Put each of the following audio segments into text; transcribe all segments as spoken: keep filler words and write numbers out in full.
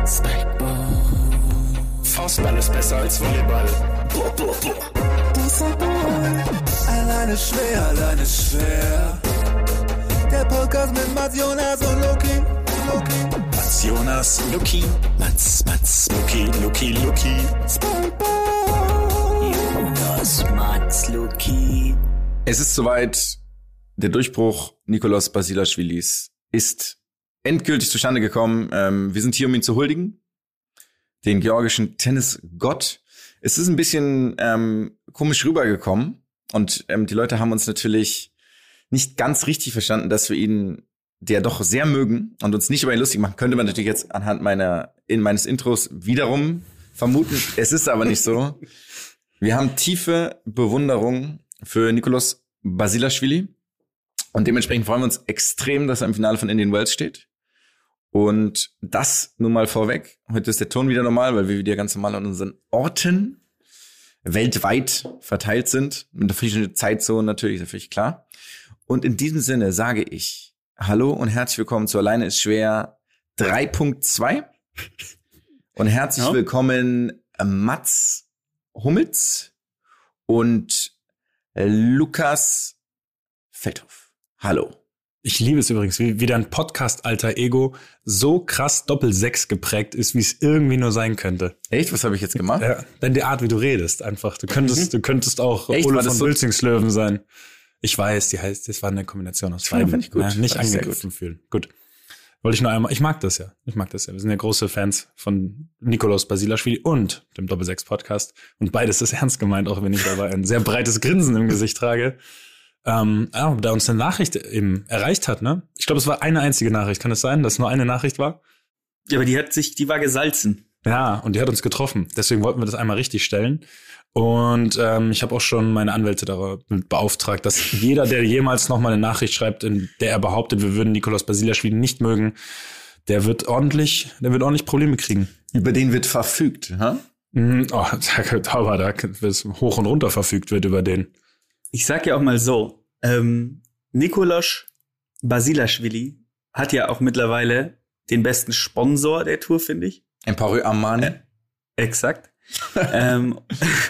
Spikeball. Faustball ist besser als Volleyball. Boah, boah, boah. Alleine schwer, alleine schwer. Der Podcast mit Mats, Jonas und Loki. Loki. Mats, Jonas, Loki. Mats, Mats, Loki, Loki, Loki. Spikeball. Jonas, Mats, Loki. Es ist soweit. Der Durchbruch Nikoloz Basilashvilis ist endgültig zustande gekommen. Ähm, wir sind hier, um ihn zu huldigen. Den georgischen Tennisgott. Es ist ein bisschen ähm, komisch rübergekommen. Und ähm, die Leute haben uns natürlich nicht ganz richtig verstanden, dass wir ihn, der doch sehr mögen und uns nicht über ihn lustig machen, könnte man natürlich jetzt anhand meiner in meines Intros wiederum vermuten. Es ist aber nicht so. Wir haben tiefe Bewunderung für Nikoloz Basilashvili. Und dementsprechend freuen wir uns extrem, dass er im Finale von Indian Wells steht. Und das nun mal vorweg. Heute ist der Ton wieder normal, weil wir wieder ganz normal an unseren Orten weltweit verteilt sind. Mit der verschiedenen Zeitzonen natürlich, ist völlig klar. Und in diesem Sinne sage ich Hallo und herzlich willkommen zu Alleine ist schwer drei Punkt zwei. Und herzlich ja. willkommen Mats Hummels und Lukas Feldhoff. Hallo. Ich liebe es übrigens, wie, wie dein Podcast-Alter-Ego so krass Doppel-Sechs geprägt ist, wie es irgendwie nur sein könnte. Echt? Was habe ich jetzt gemacht? Ja, denn die Art, wie du redest, einfach. Du könntest, mhm. du könntest auch Echt? Ole von so? Wülzingslöwen sein. Ich weiß, die heißt, das war eine Kombination aus beiden. Finde ich gut. Ja, nicht das angegriffen fühlen. Gut. Wollte ich nur einmal, ich mag das ja. Ich mag das ja. Wir sind ja große Fans von Nikoloz Basilashvili und dem Doppel-Sechs-Podcast. Und beides ist ernst gemeint, auch wenn ich dabei ein sehr breites Grinsen im Gesicht trage. Ähm, ja, da uns eine Nachricht eben erreicht hat, ne? Ich glaube, es war eine einzige Nachricht. Kann es sein, dass es nur eine Nachricht war? Ja, aber die hat sich, die war gesalzen. Ja, und die hat uns getroffen. Deswegen wollten wir das einmal richtig stellen. Und ähm, ich habe auch schon meine Anwälte damit beauftragt, dass jeder, der jemals noch mal eine Nachricht schreibt, in der er behauptet, wir würden Nikoloz Basilashvili nicht mögen, der wird ordentlich, der wird ordentlich Probleme kriegen. Über den wird verfügt, ha? Mhm, oh, da, aber da wird hoch und runter verfügt wird über den. Ich sag ja auch mal so, ähm, Nikoloz Basilashvili hat ja auch mittlerweile den besten Sponsor der Tour, finde ich. Emporio Armani. Äh, exakt. ähm,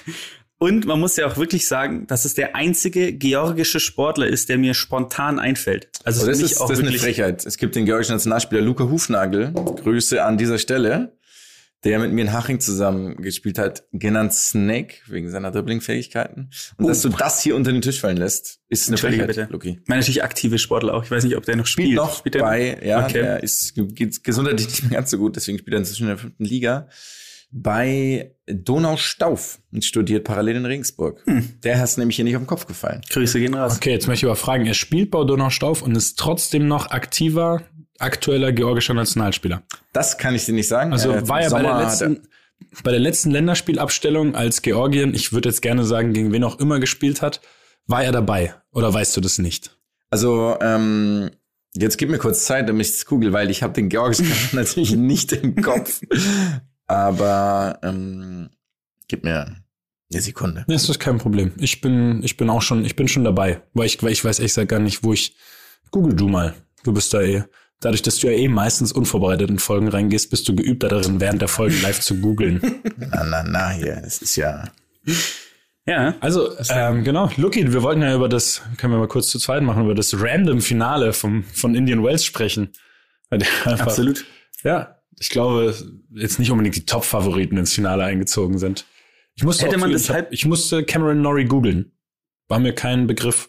und man muss ja auch wirklich sagen, dass es der einzige georgische Sportler ist, der mir spontan einfällt. Also oh, das ist, ist, auch das ist eine wirklich Frechheit. Es gibt den georgischen Nationalspieler Luka Hufnagel. Grüße an dieser Stelle. Der mit mir in Haching zusammen gespielt hat, genannt Snake, wegen seiner Dribbling-Fähigkeiten. Und oh. dass du das hier unter den Tisch fallen lässt, ist eine Frechheit, bitte. Luki. Ich meine natürlich aktive Sportler auch. Ich weiß nicht, ob der noch spielt. Spielt noch spielt der bei, noch? ja, okay. der ist geht gesundheitlich nicht mehr ganz so gut, deswegen spielt er inzwischen in der fünften Liga. Bei Donaustauf und studiert parallel in Regensburg. Hm. Der ist nämlich hier nicht auf den Kopf gefallen. Grüße gehen raus. Okay, jetzt möchte ich aber fragen, er spielt bei Donaustauf und ist trotzdem noch aktiver, aktueller georgischer Nationalspieler. Das kann ich dir nicht sagen. Also äh, war er bei Sommer der letzten, bei der letzten Länderspielabstellung als Georgien, ich würde jetzt gerne sagen, gegen wen auch immer gespielt hat, war er dabei? Oder weißt du das nicht? Also, ähm, jetzt gib mir kurz Zeit, damit ich das google, weil ich habe den georgischen natürlich nicht im Kopf. Aber ähm, gib mir eine Sekunde. Das ist kein Problem. Ich bin, ich bin auch schon, ich bin schon dabei. Weil ich, weil ich weiß echt gar nicht, wo ich. Google du mal. Du bist da eh. Dadurch, dass du ja eh meistens unvorbereitet in Folgen reingehst, bist du geübter darin, während der Folgen live zu googeln. Na, na, na, hier. Das ist ja. Ja, also, ähm, genau. Luki, wir wollten ja über das, können wir mal kurz zu zweit machen, über das Random-Finale vom, von Indian Wells sprechen. Einfach, absolut. Ja, ich glaube, jetzt nicht unbedingt die Top-Favoriten ins Finale eingezogen sind. Ich musste, Hätte auch man zu, das ich, hab, ich musste Cameron Norrie googeln. War mir kein Begriff.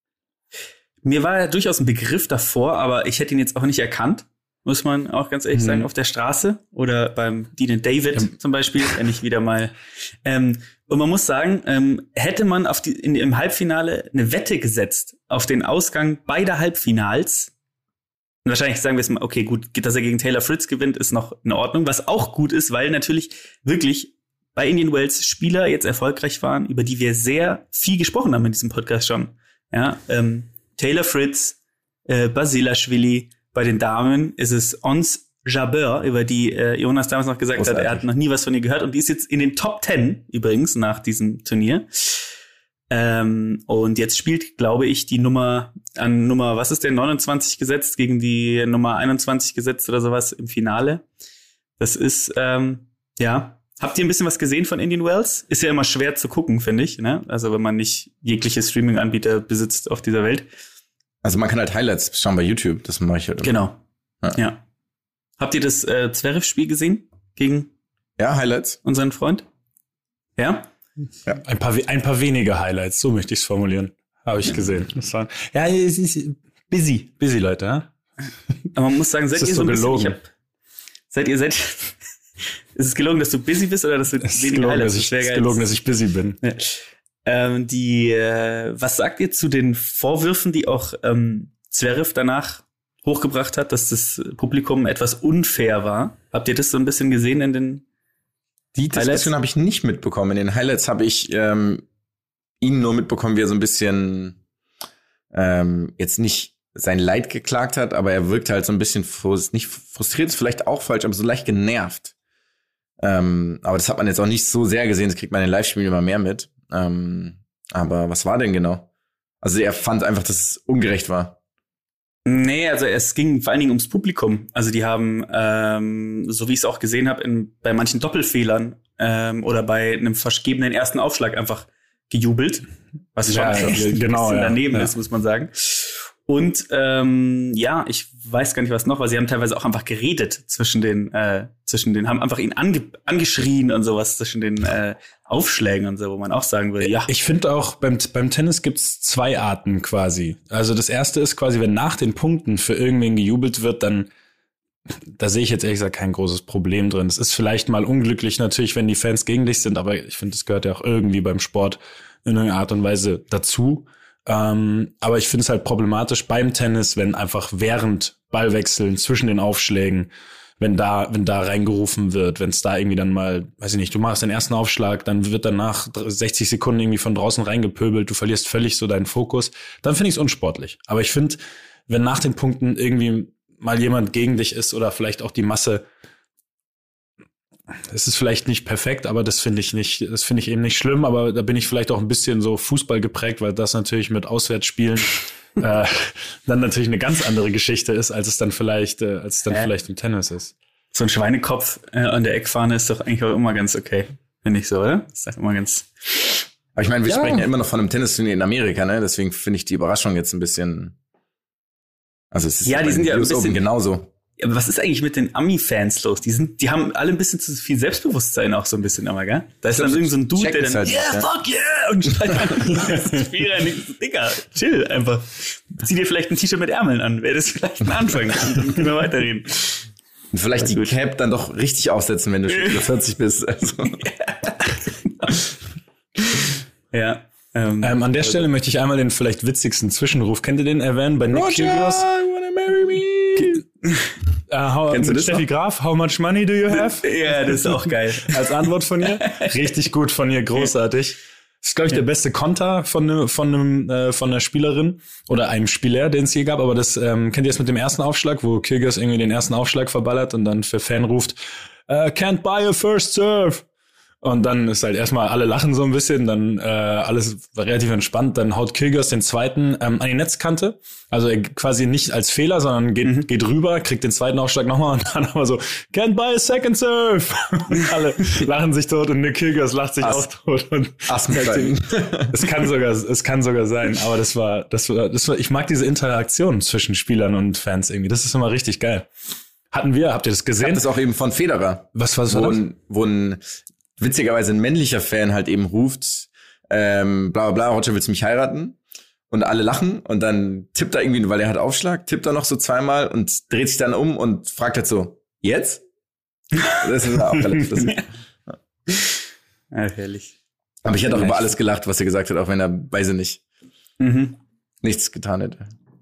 Mir war ja durchaus ein Begriff davor, aber ich hätte ihn jetzt auch nicht erkannt, muss man auch ganz ehrlich mhm. sagen, auf der Straße oder beim Dean David ja. zum Beispiel, wenn ich wieder mal. Ähm, und man muss sagen, ähm, hätte man auf die, in, im Halbfinale eine Wette gesetzt auf den Ausgang beider Halbfinals, und wahrscheinlich sagen wir es mal, okay, gut, dass er gegen Taylor Fritz gewinnt, ist noch in Ordnung, was auch gut ist, weil natürlich wirklich bei Indian Wells Spieler jetzt erfolgreich waren, über die wir sehr viel gesprochen haben in diesem Podcast schon. Ja, ähm, Taylor Fritz, äh, Basilashvili. Bei den Damen ist es Ons Jabeur, über die äh, Jonas damals noch gesagt Großartig. hat, er hat noch nie was von ihr gehört. Und die ist jetzt in den Top Ten übrigens nach diesem Turnier. Ähm, und jetzt spielt, glaube ich, die Nummer an Nummer, was ist denn, neunundzwanzig gesetzt gegen die Nummer einundzwanzig gesetzt oder sowas im Finale. Das ist, ähm, ja. Habt ihr ein bisschen was gesehen von Indian Wells? Ist ja immer schwer zu gucken, finde ich, ne? Also wenn man nicht jegliche Streaming-Anbieter besitzt auf dieser Welt. Also man kann halt Highlights schauen bei YouTube, das mache ich halt immer. Genau, ja. ja. Habt ihr das äh, Zverev-Spiel gesehen gegen Ja, Highlights. unseren Freund? Ja? Ja. Ein paar, ein paar wenige Highlights, so möchte ich es formulieren. Habe ich gesehen. Das war, ja, es ist busy, busy Leute, ja? Aber man muss sagen, seid Das ihr ist so so ein bisschen, gelogen. ich hab, seid ihr, seid, ist es gelogen, dass du busy bist oder dass du Es ist wenige gelogen, Highlights dass ich, hast? es ist gelogen, dass ich busy bin. Ja. Ähm, die, äh, was sagt ihr zu den Vorwürfen, die auch ähm, Zverev danach hochgebracht hat, dass das Publikum etwas unfair war? Habt ihr das so ein bisschen gesehen in den Die Highlights? Diskussion habe ich nicht mitbekommen. In den Highlights habe ich ähm, ihn nur mitbekommen, wie er so ein bisschen ähm, jetzt nicht sein Leid geklagt hat, aber er wirkt halt so ein bisschen frust- nicht frustriert, ist vielleicht auch falsch, aber so leicht genervt. Ähm, aber das hat man jetzt auch nicht so sehr gesehen, das kriegt man in den Live-Spielen immer mehr mit. Ähm, aber was war denn genau? Also er fand einfach, dass es ungerecht war. Nee, also es ging vor allen Dingen ums Publikum. Also die haben, ähm, so wie ich es auch gesehen habe, in, bei manchen Doppelfehlern ähm, oder bei einem vergebenen ersten Aufschlag einfach gejubelt. Was schon Ja, echt ja, ein genau, bisschen ja. daneben Ja. ist, muss man sagen. Und ähm, ja, ich weiß gar nicht, was noch, weil sie haben teilweise auch einfach geredet zwischen den, äh, zwischen den, haben einfach ihn ange, angeschrien und sowas zwischen den äh, Aufschlägen und so, wo man auch sagen würde, ja. Ich finde auch, beim, beim Tennis gibt's zwei Arten quasi. Also das erste ist quasi, wenn nach den Punkten für irgendwen gejubelt wird, dann, da sehe ich jetzt ehrlich gesagt kein großes Problem drin. Es ist vielleicht mal unglücklich natürlich, wenn die Fans gegen dich sind, aber ich finde, das gehört ja auch irgendwie beim Sport in irgendeiner Art und Weise dazu. Ähm, aber ich finde es halt problematisch beim Tennis, wenn einfach während Ballwechseln zwischen den Aufschlägen, wenn da, wenn da reingerufen wird, wenn es da irgendwie dann mal, weiß ich nicht, du machst den ersten Aufschlag, dann wird danach sechzig Sekunden irgendwie von draußen reingepöbelt, du verlierst völlig so deinen Fokus, dann finde ich es unsportlich. Aber ich finde, wenn nach den Punkten irgendwie mal jemand gegen dich ist oder vielleicht auch die Masse, es ist vielleicht nicht perfekt, aber das finde ich nicht, das finde ich eben nicht schlimm, aber da bin ich vielleicht auch ein bisschen so Fußball geprägt, weil das natürlich mit Auswärtsspielen äh, dann natürlich eine ganz andere Geschichte ist, als es dann vielleicht, äh, als es dann Hä? vielleicht im Tennis ist. So ein Schweinekopf äh, an der Eckfahne ist doch eigentlich auch immer ganz okay. Finde ich so, oder? Ist doch immer ganz. Aber ich meine, wir Ja. sprechen ja immer noch von einem Tennisturnier in Amerika, ne? Deswegen finde ich die Überraschung jetzt ein bisschen. Also es ist Ja, die bei sind den ja ein U S Open bisschen- genauso. Aber was ist eigentlich mit den Ami-Fans los? Die sind, die haben alle ein bisschen zu viel Selbstbewusstsein auch so ein bisschen immer, gell? Da ist dann irgend so ein Dude, checken der es dann, halt nicht, yeah, ja. fuck yeah, und schreit an. Spieler, Digga, chill einfach. Zieh dir vielleicht ein T-Shirt mit Ärmeln an, wäre das vielleicht ein Anfang. Dann können wir weiterreden. Und vielleicht die gut. Cap dann doch richtig aufsetzen, wenn du schon über vierzig bist. Also. Ja. Ähm, Ähm, an der Stelle möchte ich einmal den vielleicht witzigsten Zwischenruf, kennt ihr den erwähnen, bei Nick Kyrgios? wanna marry me. Äh, how, Kennst du mit das Steffi noch? Graf, how much money do you have? ja, das ist auch geil. Als Antwort von ihr. Richtig gut von ihr, großartig. Das ist, glaube ich, der beste Konter von ne, von einem äh, von einer Spielerin oder einem Spieler, den es je gab. Aber das ähm, kennt ihr das mit dem ersten Aufschlag, wo Kyrgios irgendwie den ersten Aufschlag verballert und dann für Fan ruft, uh, can't buy a first serve. Und dann ist halt erstmal alle lachen so ein bisschen, dann äh, alles relativ entspannt. Dann haut Kyrgios den zweiten ähm, an die Netzkante. Also er quasi nicht als Fehler, sondern geht, mhm. geht rüber, kriegt den zweiten Aufschlag nochmal und dann aber so, can't buy a second serve. Und alle lachen sich tot und Nick Kyrgios lacht sich Ass. auch tot. Und Assenfeigen. es kann sogar, es kann sogar sein. Aber das war, das war, das war, ich mag diese Interaktion zwischen Spielern und Fans irgendwie. Das ist immer richtig geil. Hatten wir, habt ihr das Ich gesehen? hab das auch eben von Federer. Was war das? Wo ein, wo ein witzigerweise ein männlicher Fan halt eben ruft, ähm, bla bla bla, Roger, willst du mich heiraten? Und alle lachen und dann tippt er irgendwie, weil er hat Aufschlag, tippt er noch so zweimal und dreht sich dann um und fragt halt so, jetzt? Das ist auch relativ lustig. Ja, herrlich. Aber ich hätte auch über alles gelacht, was er gesagt hat, auch wenn er, weiß ich nicht, Mhm. nichts getan hätte.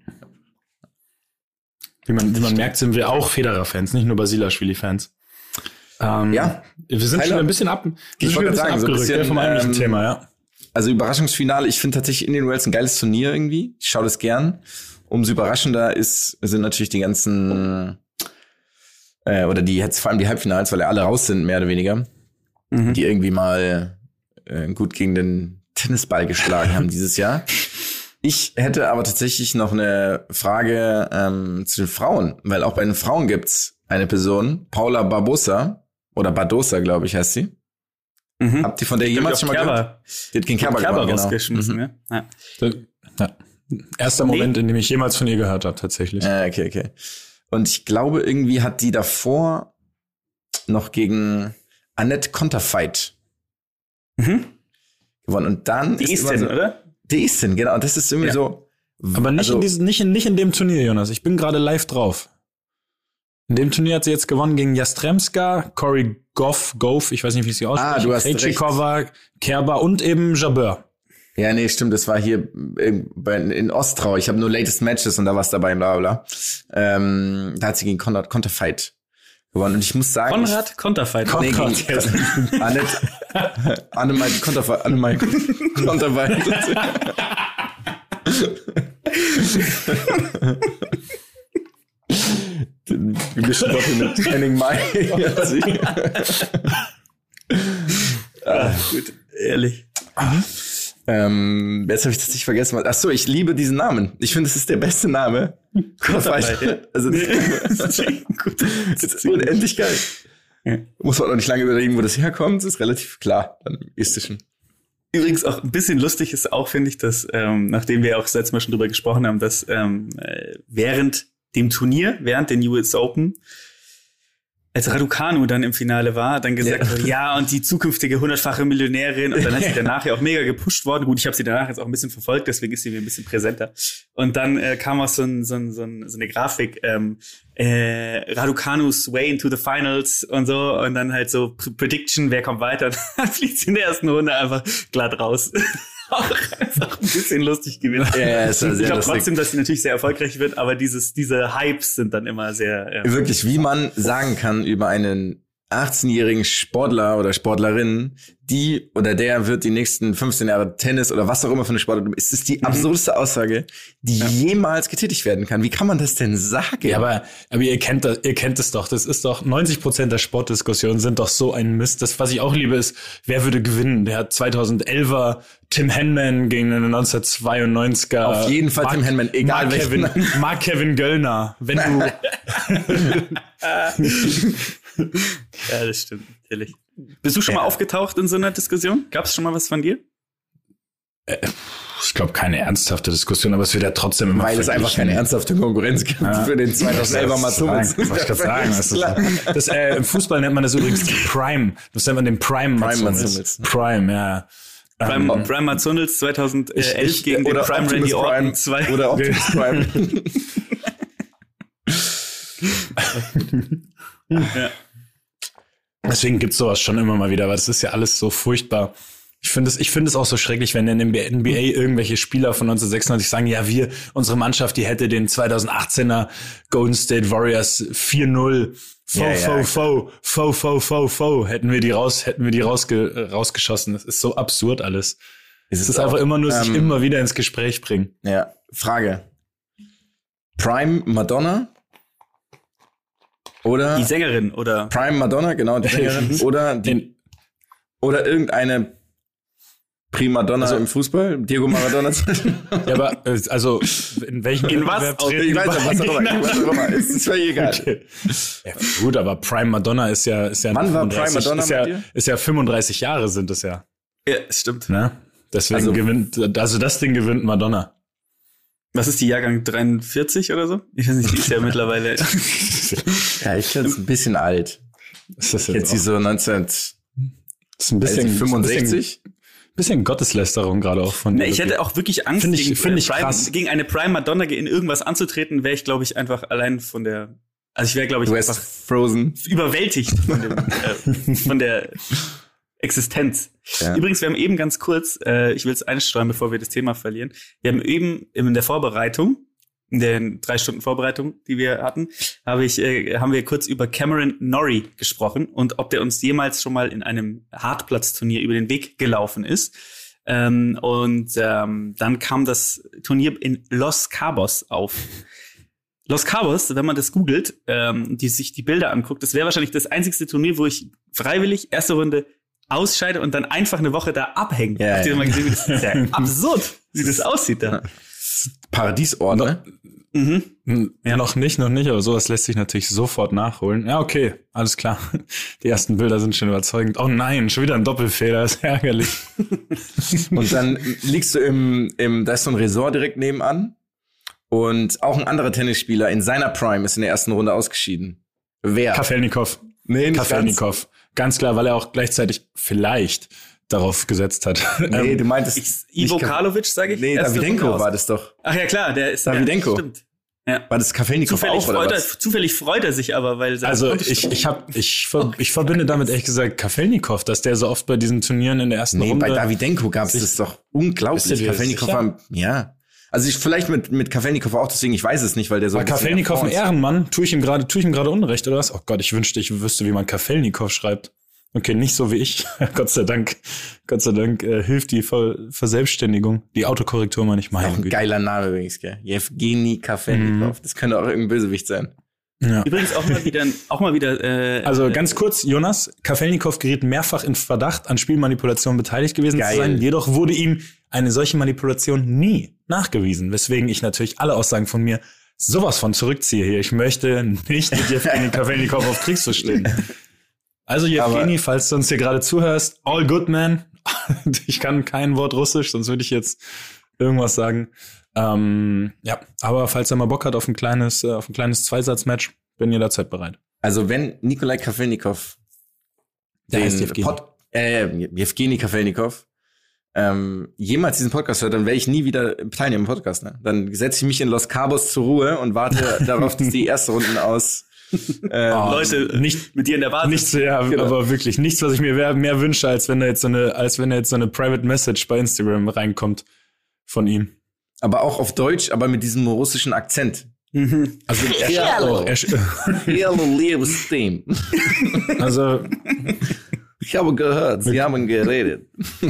Wie man, wie man merkt, sind wir auch Federer-Fans, nicht nur Basilashvili-Fans. Ähm, Ja. Wir sind Tyler, schon ein bisschen ab, wir ich sind schon wollte ein bisschen sagen, so ein abgerückt bisschen, ja, vom eigentlichen ähm, Thema, ja. Also Überraschungsfinale, ich finde tatsächlich Indian Wells ein geiles Turnier irgendwie. Ich schaue das gern. Umso überraschender ist, sind natürlich die ganzen, äh, oder die jetzt vor allem die Halbfinals, weil ja alle raus sind, mehr oder weniger, Mhm. die irgendwie mal äh, gut gegen den Tennisball geschlagen haben dieses Jahr. Ich hätte aber tatsächlich noch eine Frage ähm, zu den Frauen, weil auch bei den Frauen gibt's eine Person, Paula Barbosa, oder Bardosa, glaube ich, heißt sie. Mhm. Habt ihr von der Ich jemals schon mal Kerber, gehört? Die hat gegen Kerber Kerber gewonnen, genau. rausgeschmissen, Mhm. ja. ja. Ja. Erster Nee. Moment, in dem ich jemals von ihr gehört habe, tatsächlich. Äh, okay, okay. Und ich glaube, irgendwie hat die davor noch gegen Annette Konterfeit Mhm. gewonnen. Und dann Die ist ist immer denn, so, oder? Die ist denn, genau. Und das ist irgendwie Ja. so. Aber nicht, also, in diesem, nicht, in, nicht in dem Turnier, Jonas. Ich bin gerade live drauf. In dem Turnier hat sie jetzt gewonnen gegen Jastremska, Cory Goff, Goff, ich weiß nicht, wie ich sie ausspreche. Ah, du hast Krejcikova, Kerber und eben Jabeur. Ja, nee, stimmt, das war hier in, bei- in Ostrau. Ich habe nur Latest Matches und da war es dabei, bla bla bla. Ähm, da hat sie gegen Konrad Konterfeit gewonnen. Und ich muss sagen, Konrad Konterfeit. ich, nee, Konrad, gegen Annette, Annemai Konterfeit, Annemai Konterfeit. Wir mischen doch hier mit Henning Mai. Ah, gut, ehrlich. Ähm, jetzt habe ich das nicht vergessen. Ach so, ich liebe diesen Namen. Ich finde, das ist der beste Name. Konterfeit, ja. Also, das Gut. das ist unendlich geil. Ja. Muss man auch nicht lange überlegen, wo das herkommt. Das ist relativ klar, dann im Estischen. Übrigens auch ein bisschen lustig ist auch, finde ich, dass, ähm, nachdem wir auch das letzte Mal schon drüber gesprochen haben, dass ähm, äh, während dem Turnier, während den U S Open, als Raducanu dann im Finale war, dann gesagt Ja. wurde, ja, und die zukünftige hundertfache Millionärin, und dann hat sie danach ja auch mega gepusht worden. Gut, ich habe sie danach jetzt auch ein bisschen verfolgt, deswegen ist sie mir ein bisschen präsenter. Und dann äh, kam auch so, ein, so, ein, so, ein, so eine Grafik, ähm, äh, Raducanu's way into the finals und so, und dann halt so P- Prediction, wer kommt weiter, und dann fliegt sie in der ersten Runde einfach glatt raus. Auch einfach ein bisschen lustig gewesen. Ja, ja, es war ich sehr glaube lustig. trotzdem, dass sie natürlich sehr erfolgreich wird, aber dieses, diese Hypes sind dann immer sehr, ja. Wirklich, wie man sagen kann über einen achtzehnjährigen Sportler oder Sportlerin, die oder der wird die nächsten fünfzehn Jahre Tennis oder was auch immer für eine Sportart, es ist die absurdeste Aussage, die Ja. jemals getätigt werden kann. Wie kann man das denn sagen? Ja, aber, aber ihr kennt das, ihr kennt es doch. Das ist doch, neunzig Prozent der Sportdiskussionen sind doch so ein Mist. Das, was ich auch liebe, ist, wer würde gewinnen? Der hat zweitausendelfer Tim Henman gegen den neunzehnhundertzweiundneunziger. Auf jeden Fall Tim Henman, egal Mark welchen. Kevin, Mark Kevin Göllner. Wenn du, Ja, das stimmt, natürlich. Bist du schon mal aufgetaucht in so einer Diskussion? Gab es schon mal was von dir? ich glaube, keine ernsthafte Diskussion, aber es wird ja trotzdem immer Weil es einfach verglichen. keine ernsthafte Konkurrenz gibt Ja. für den zweitausendelfer Mats Hummels. Was ich gerade sagen, das ist, das, äh, im Fußball nennt man das übrigens die Prime. Das nennt man den Prime Mats Prime Mats Hummels. Hummels. Prime, ja. Prime, Ähm, Prime Mats Hummels zweitausendelf Ich- gegen den oder Prime Optimus Randy Orton Prime. zwei. Oder Optimus Prime. Ja. Deswegen gibt's sowas schon immer mal wieder, weil das ist ja alles so furchtbar. Ich finde es, ich finde es auch so schrecklich, wenn in der N B A irgendwelche Spieler von neunzehnhundertsechsundneunzig sagen, ja, wir, unsere Mannschaft, die hätte den zweitausendachtzehner Golden State Warriors vier null Fo, Ja, fo, ja, fo, fo, fo, fo, fo, hätten wir die raus, hätten wir die rausge, äh, rausgeschossen. Das ist so absurd alles. Es ist einfach immer nur sich ähm, immer wieder ins Gespräch bringen. Ja, Frage. Prime Madonna? Oder Die Sängerin oder Prime Madonna, genau, die Sängerin. oder die, Den, oder irgendeine Primadonna Also- im Fußball? Diego Maradona? ja, aber, äh, also, in welchem In was? Wettbewerb Aus- treten Ich die weiß nicht, was auch immer. beiden Was auch immer. Es ist völlig egal. Okay. Ja, gut, aber Prime Madonna ist ja, ist ja, Wann war Prime fünfunddreißig Madonna ist bei ja, dir? ist ja fünfunddreißig Jahre sind es ja, ja, stimmt. ne? Deswegen Also- gewinnt, also das Ding gewinnt Madonna. Was ist die Jahrgang dreiundvierzig oder so? Ich weiß nicht, die ist ja mittlerweile. Ja, ich finde es ein bisschen alt. Das ist Jetzt sie auch, so neunzehn das ist ein bisschen, fünfundsechzig. Bisschen, bisschen Gotteslästerung gerade auch von Ne, dir. ich hätte auch wirklich Angst, Find ich- gegen, find ich Prime, krass. gegen eine Prime Madonna in irgendwas anzutreten, wäre ich, glaube ich, einfach allein von der. Also ich wäre, glaube ich, Du hast einfach Frozen. überwältigt von, dem, äh, von der Existenz. Ja. Übrigens, wir haben eben ganz kurz, äh, ich will es einstreuen, bevor wir das Thema verlieren. Wir haben eben in der Vorbereitung, in den drei Stunden Vorbereitung, die wir hatten, habe ich, äh, haben wir kurz über Cameron Norrie gesprochen und ob der uns jemals schon mal in einem Hartplatzturnier über den Weg gelaufen ist. Ähm, und ähm, dann kam das Turnier in Los Cabos auf. Los Cabos, wenn man das googelt, ähm, die sich die Bilder anguckt, das wäre wahrscheinlich das einzigste Turnier, wo ich freiwillig erste Runde ausscheide und dann einfach eine Woche da abhängen. Ja, Habt ihr ja. mal gesehen, wie das ist ja absurd, wie das aussieht da. Paradiesort, ne? Mhm. Ja. Noch nicht, noch nicht, aber sowas lässt sich natürlich sofort nachholen. Ja, okay, alles klar. Die ersten Bilder sind schon überzeugend. Oh nein, schon wieder ein Doppelfehler, ist ärgerlich. Und dann liegst du im, im, da ist so ein Resort direkt nebenan. Und auch ein anderer Tennisspieler in seiner Prime ist in der ersten Runde ausgeschieden. Wer? Kafelnikov. Nee, nicht Kafelnikov. Ganz. ganz klar, weil er auch gleichzeitig vielleicht darauf gesetzt hat. Nee, du meintest... Ich, Ivo Karlovic, sage ich. Nee, Davydenko war das doch. Ach ja, klar, der ist... Davydenko. Ja, stimmt. Ja. War das Kafelnikov Zufällig auch, oder freut er, was? Zufällig freut er sich aber, weil... Also ich, ich, hab, ich, ver, ich verbinde damit ehrlich gesagt Kafelnikov, dass der so oft bei diesen Turnieren in der ersten nee, Runde... Nee, bei Davydenko gab es das doch unglaublich. Kafelnikov war... Ja. Also ich vielleicht mit mit Kafelnikov auch, deswegen ich weiß es nicht, weil der so War Kafelnikov ein Ehrenmann? Tue ich ihm gerade tue ich ihm gerade Unrecht oder was? Oh Gott, ich wünschte, ich wüsste, wie man Kafelnikov schreibt. Okay, nicht so wie ich. Gott sei Dank, Gott sei Dank äh, hilft die Ver Verselbstständigung, die Autokorrektur meine ich mal. Auch ein geiler Name übrigens, gell? Jewgeni Kafelnikov. Mhm. Das könnte auch irgendein Bösewicht sein. Ja. Übrigens auch mal wieder, auch mal wieder. Äh, also ganz kurz, Jonas, Kafelnikov geriet mehrfach in Verdacht, an Spielmanipulation beteiligt gewesen Geil. zu sein. Jedoch wurde ihm eine solche Manipulation nie nachgewiesen, weswegen ich natürlich alle Aussagen von mir sowas von zurückziehe hier. Ich möchte nicht mit Jewgeni Kafelnikov auf Kriegsfuß stehen. Also Jewgeni, falls du uns hier gerade zuhörst, all good, man. Ich kann kein Wort Russisch, sonst würde ich jetzt irgendwas sagen. Ähm, ja, aber falls er mal Bock hat auf ein kleines, äh, auf ein kleines Zweisatzmatch, bin jederzeit bereit. Also wenn Nikolai Kafelnikov, der den heißt Jewgeni. Pod, äh, Jewgeni Kafelnikov, ähm, jemals diesen Podcast hört, dann werde ich nie wieder teilnehmen im Podcast. Ne? Dann setze ich mich in Los Cabos zur Ruhe und warte darauf, dass die erste Runden aus ähm, oh, Leute nicht mit dir in der Basis. Nichts, ja, genau. Aber wirklich nichts, was ich mir mehr, mehr wünsche, als wenn da jetzt so eine, als wenn da jetzt so eine Private Message bei Instagram reinkommt von ihm. Aber auch auf Deutsch, aber mit diesem russischen Akzent. Mhm. Also er Hallo, Hallo, liebes Team. Also ich habe gehört, Sie haben geredet.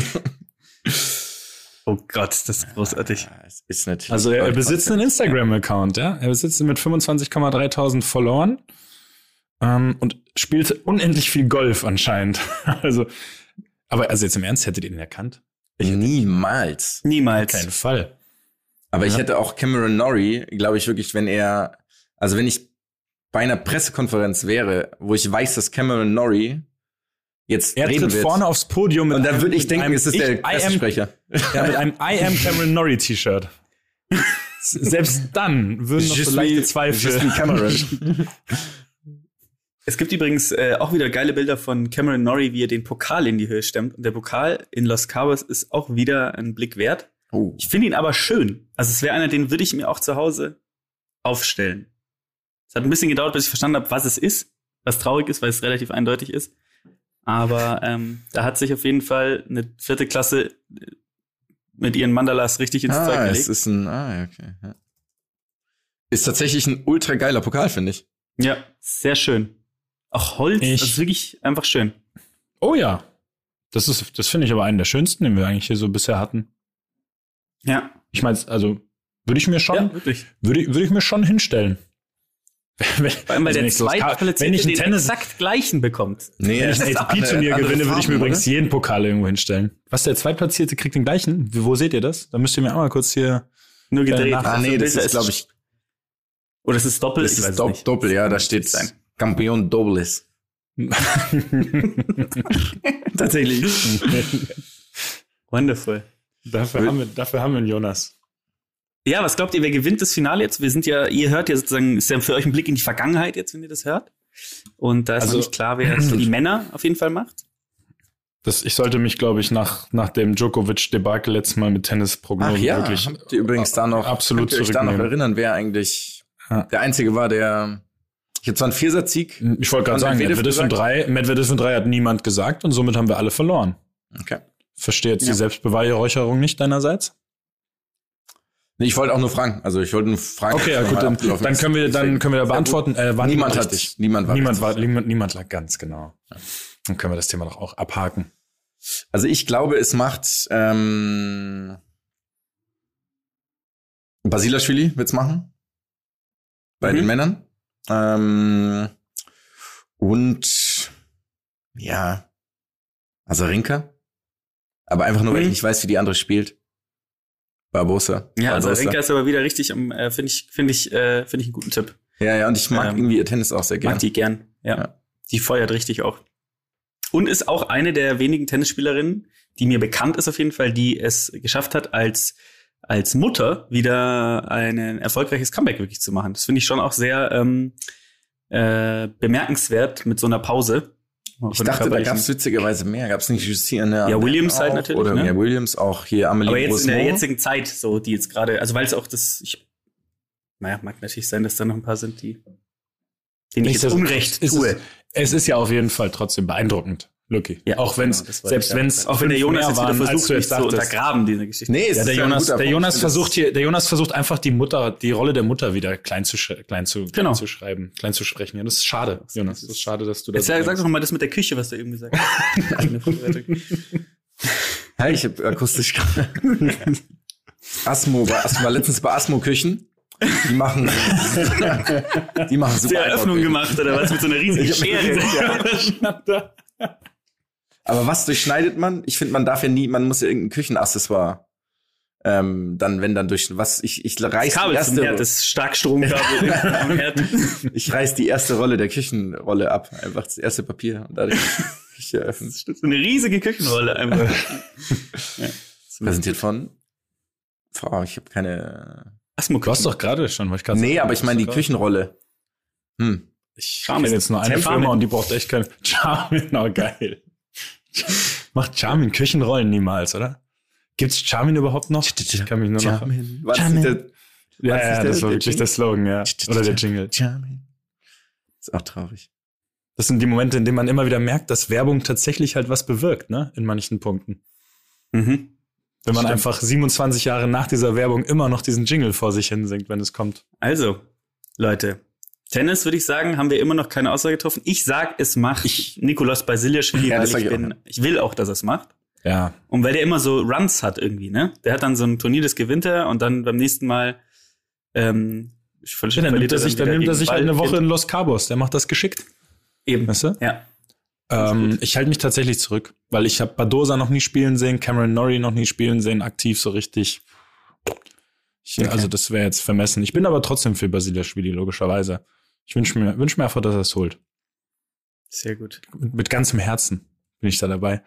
Oh Gott, das ist großartig. Ja, es ist natürlich also er, er besitzt einen Instagram-Account, ja. Er besitzt ihn mit fünfundzwanzig Komma drei tausend Followern ähm, und spielt unendlich viel Golf anscheinend. Also, aber also jetzt im Ernst, hättet ihr ihn erkannt? Ich Niemals. Niemals. Auf keinen Fall. Aber ja. ich hätte auch Cameron Norrie, glaube ich wirklich, wenn er, also wenn ich bei einer Pressekonferenz wäre, wo ich weiß, dass Cameron Norrie jetzt er reden tritt wird, vorne aufs Podium mit und dann einem, würde ich denken, einem, es ist der Pressesprecher. Ja, mit einem I am Cameron Norrie T-Shirt. Selbst dann würden noch so leichte Zweifel. Cameron. Es gibt übrigens äh, auch wieder geile Bilder von Cameron Norrie, wie er den Pokal in die Höhe stemmt. Und der Pokal in Los Cabos ist auch wieder ein Blick wert. Oh. Ich finde ihn aber schön. Also es wäre einer, den würde ich mir auch zu Hause aufstellen. Es hat ein bisschen gedauert, bis ich verstanden habe, was es ist. Was traurig ist, weil es relativ eindeutig ist. Aber ähm, da hat sich auf jeden Fall eine vierte Klasse mit ihren Mandalas richtig ins ah, Zeug gelegt. Es ist ein, ah, okay. Ja. Ist tatsächlich ein ultra geiler Pokal, finde ich. Ja, sehr schön. Auch Holz, ich, das ist wirklich einfach schön. Oh ja. Das ist, das finde ich aber einen der schönsten, den wir eigentlich hier so bisher hatten. Ja. Ich meine, also würde ich mir schon, ja, wirklich. würde, würde ich mir schon hinstellen. Wenn, Vor allem, weil der Zweitplatzierte den Tennis, exakt gleichen bekommt. Nee, wenn ich ein A T P-Turnier gewinne, würde ich mir übrigens jeden Pokal irgendwo hinstellen. Was, der Zweitplatzierte kriegt den gleichen? Wo seht ihr das? Da müsst ihr mir auch mal kurz hier nur gedreht. Ah, nee, das ist, glaube ich. Oder ist es Doppel? Das ist Doppel, Doppel, ja, da steht Campeón Dobles. Tatsächlich. Wonderful. Dafür haben wir, dafür haben wir einen Jonas. Ja, was glaubt ihr, wer gewinnt das Finale jetzt? Wir sind ja, ihr hört ja sozusagen, ist ja für euch ein Blick in die Vergangenheit jetzt, wenn ihr das hört. Und da ist also, noch nicht klar, wer es für die Männer auf jeden Fall macht. Das, ich sollte mich, glaube ich, nach, nach dem Djokovic-Debakel letztes Mal mit Tennisprognosen Ach ja, wirklich habt ihr übrigens da noch, absolut könnt ihr euch da noch erinnern, wer eigentlich ja. der Einzige war, der, ich hatte zwar einen Viersatz-Sieg. Ich wollte gerade sagen, Medvedev in drei, Medvedev in drei hat niemand gesagt und somit haben wir alle verloren. Okay. Verstehe jetzt ja. die Selbstbeweihräucherung nicht deinerseits? Nee, ich wollte auch nur fragen. Also ich wollte nur fragen. Okay, ja, gut, dann, dann können wir, dann können wir da beantworten. Äh, war niemand hat dich. Niemand war. Niemand war, niemand, niemand lag ganz genau. Ja. Dann können wir das Thema doch auch abhaken. Also ich glaube, es macht ähm, Basilashvili wird's machen bei mhm. den Männern ähm, und ja, Azarenka, aber einfach nur, weil mhm. ich nicht weiß, wie die andere spielt. Barbosa. Ja, also Barbosa. Enka ist aber wieder richtig, äh, finde ich, finde ich, äh, finde ich einen guten Tipp. Ja, ja, und ich mag Ähm, irgendwie ihr Tennis auch sehr gerne. Mag die gern, ja. Ja. Die feuert richtig auch. Und ist auch eine der wenigen Tennisspielerinnen, die mir bekannt ist auf jeden Fall, die es geschafft hat, als als Mutter wieder ein erfolgreiches Comeback wirklich zu machen. Das finde ich schon auch sehr ähm, äh, bemerkenswert mit so einer Pause. Ich dachte, da gab es witzigerweise mehr. Gab es nicht Justine? Ja, Williams halt auch, natürlich, Oder ne? ja, Williams auch hier. Amelie Aber jetzt in der Brosmont. jetzigen Zeit, so die jetzt gerade, also weil es auch das, ich, naja, mag natürlich sein, dass da noch ein paar sind, die denen ich jetzt Unrecht ist tue. Es, es ist ja auf jeden Fall trotzdem beeindruckend, Lucky. Ja, auch wenn es, genau, das wollte selbst ich wenn es, sagen. Auch wenn der Jonas jetzt wieder versucht, mich zu dachtest. untergraben, diese Geschichte. Nee, es Ja, der ist ja ein Jonas, guter der Punkt. Jonas Ich finde, versucht hier, der Jonas versucht einfach die Mutter, die Rolle der Mutter wieder klein zu, sch- klein zu, klein Genau. zu schreiben, klein zu sprechen. Ja, das ist schade, Jonas. Das ist schade, dass du das. Jetzt sag, sag doch noch mal das mit der Küche, was du eben gesagt hast. Eine Vorbereitung. Ja, ich habe akustisch Asmo, bei Asmo, war letztens bei Asmo Küchen. Die machen, die machen super. Hast du ja Eröffnung Eindruck. gemacht oder was mit so einer riesigen Ich hab eine Schere? Aber was durchschneidet man? Ich finde, man darf ja nie, man muss ja irgendein Küchenaccessoire. Ähm, dann, wenn dann durch was, ich, ich reiß die Kabel zum erste, Herd, das Starkstromkabel am Herd. ich reiß die erste Rolle der Küchenrolle ab. Einfach das erste Papier und dadurch die Küche öffnen. So eine riesige Küchenrolle einfach. Ja. Präsentiert von Frau, ich habe keine. Asmo Du hast doch gerade schon, weil ich gerade Nee, sagen, aber ich meine die hast du Küchenrolle. Hm. Ich Charmin. kenne jetzt nur eine Temperament. Firma und die braucht echt kein Charmin, oh geil. Macht Charmin Küchenrollen niemals, oder? Gibt's Charmin überhaupt noch? Ich kann mich nur noch. Charmin. Was Charmin. ist der, Ja, Was ja, ist der- das war der wirklich Jingle? der Slogan, ja. Oder der Jingle. Charmin. Ist auch traurig. Das sind die Momente, in denen man immer wieder merkt, dass Werbung tatsächlich halt was bewirkt, ne? In manchen Punkten. Mhm. Wenn man Stimmt. einfach siebenundzwanzig Jahre nach dieser Werbung immer noch diesen Jingle vor sich hin singt, wenn es kommt. Also, Leute, Tennis würde ich sagen, haben wir immer noch keine Aussage getroffen. Ich sag, es macht Ich- Nikolaus Basilashvili, Ja, weil das ich sag ich auch, bin, ja. ich will auch, dass er es macht. Ja. Und weil der immer so Runs hat irgendwie, ne? Der hat dann so ein Turnier, das gewinnt er und dann beim nächsten Mal ähm, verliert Dann nimmt er sich, dann wieder nimmt er gegen sich halt Ball. eine Woche in Los Cabos. Der macht das geschickt. Eben. Weißt du? Ja. Ähm, ich halte mich tatsächlich zurück, weil ich habe Badosa noch nie spielen sehen, Cameron Norrie noch nie spielen sehen, aktiv so richtig. Ich, Okay. Also das wäre jetzt vermessen. Ich bin aber trotzdem für Basilashvili, logischerweise. Ich wünsche mir, wünsch mir einfach, dass er es holt. Sehr gut. Mit, mit ganzem Herzen bin ich da dabei.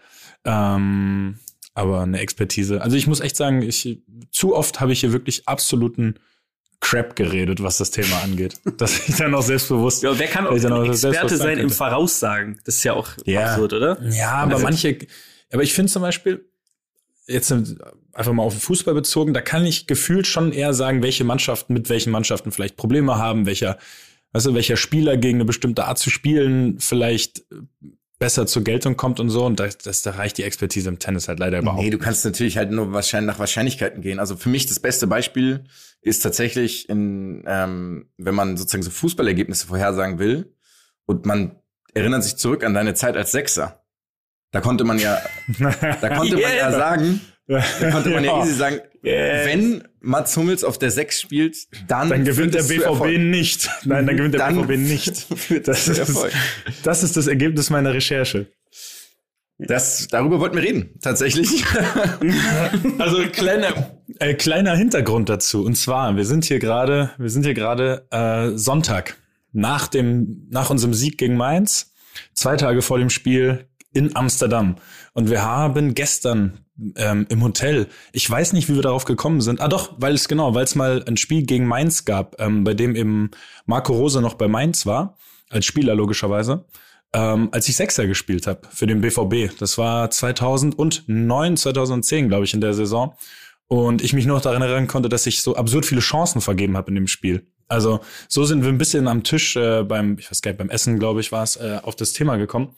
Ähm, aber eine Expertise. Also ich muss echt sagen, ich zu oft habe ich hier wirklich absoluten Crap geredet, was das Thema angeht. Dass ich dann auch selbstbewusst. Ja, wer kann auch Weil ich dann auch ein selbst Experte was sagen sein im könnte. Voraussagen? Das ist ja auch Ja. absurd, oder? Ja, aber Also- manche, aber ich finde zum Beispiel, jetzt einfach mal auf den Fußball bezogen, da kann ich gefühlt schon eher sagen, welche Mannschaften mit welchen Mannschaften vielleicht Probleme haben, welcher, weißt du, welcher Spieler gegen eine bestimmte Art zu spielen vielleicht besser zur Geltung kommt und so. Und das, das, da reicht die Expertise im Tennis halt leider überhaupt Nee, du nicht. kannst natürlich halt nur wahrscheinlich nach Wahrscheinlichkeiten gehen. Also für mich das beste Beispiel ist tatsächlich, in, ähm, wenn man sozusagen so Fußballergebnisse vorhersagen will und man erinnert sich zurück an deine Zeit als Sechser. Da konnte man ja, da konnte man ja Yeah. sagen, da konnte man ja Ja. easy sagen, Yes. wenn Mats Hummels auf der Sechs spielt, dann, Dann gewinnt führt der es B zu V B Erfolg. nicht. Nein, dann gewinnt der Dann B V B nicht. führt Das zu ist, Erfolg. das ist das Ergebnis meiner Recherche. Das, darüber wollten wir reden, tatsächlich. Also kleiner, äh, kleiner Hintergrund dazu. Und zwar, wir sind hier gerade, wir sind hier gerade äh, Sonntag nach dem, nach unserem Sieg gegen Mainz, zwei Tage vor dem Spiel in Amsterdam. Und wir haben gestern ähm, im Hotel, ich weiß nicht, wie wir darauf gekommen sind. Ah doch, weil es genau, weil es mal ein Spiel gegen Mainz gab, ähm, bei dem eben Marco Rose noch bei Mainz war, als Spieler logischerweise. Ähm, als ich Sechser gespielt habe für den B V B. Das war zweitausendneun, zweitausendzehn, glaube ich, in der Saison. Und ich mich noch daran erinnern konnte, dass ich so absurd viele Chancen vergeben habe in dem Spiel. Also so sind wir ein bisschen am Tisch äh, beim, ich weiß gar nicht, beim Essen, glaube ich, war es, äh, auf das Thema gekommen.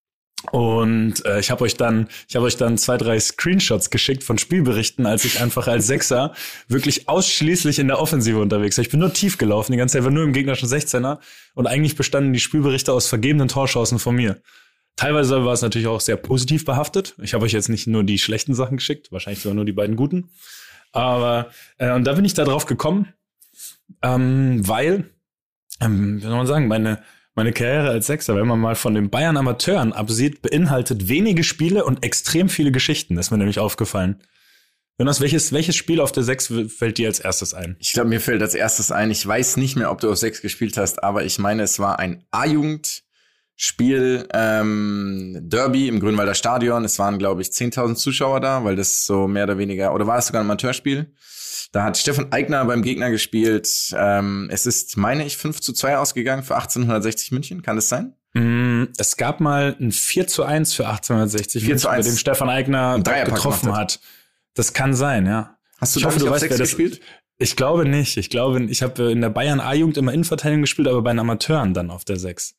Und äh, ich habe euch dann, ich habe euch dann zwei, drei Screenshots geschickt von Spielberichten, als ich einfach als Sechser wirklich ausschließlich in der Offensive unterwegs war. Ich bin nur tief gelaufen, die ganze Zeit war nur im gegnerischen sechzehner und eigentlich bestanden die Spielberichte aus vergebenen Torchancen von mir. Teilweise war es natürlich auch sehr positiv behaftet. Ich habe euch jetzt nicht nur die schlechten Sachen geschickt, wahrscheinlich sogar nur die beiden guten. Aber äh, und da bin ich da drauf gekommen, ähm, weil, ähm, wie soll man sagen, meine Meine Karriere als Sechser, wenn man mal von den Bayern Amateuren absieht, beinhaltet wenige Spiele und extrem viele Geschichten. Das ist mir nämlich aufgefallen. Jonas, welches, welches Spiel auf der sechs fällt dir als erstes ein? Ich glaube, mir fällt als erstes ein, ich weiß nicht mehr, ob du auf sechs gespielt hast, aber ich meine, es war ein A-Jugend-Spiel, ähm, Derby im Grünwalder Stadion. Es waren, glaube ich, zehntausend Zuschauer da, weil das so mehr oder weniger, oder war es sogar ein Amateurspiel? Da hat Stefan Aigner beim Gegner gespielt. Ähm, es ist, meine ich, fünf zu zwei ausgegangen für achtzehnhundertsechzig München. Kann das sein? Mm, es gab mal ein vier zu eins für achtzehnhundertsechzig München, bei dem Stefan Aigner getroffen hat. Das kann sein, ja. Hast du ich da hoffe, nicht du auf weißt, sechs wer das gespielt? Ich glaube nicht. Ich glaube, ich habe in der Bayern A-Jugend immer Innenverteidigung gespielt, aber bei den Amateuren dann auf der sechs.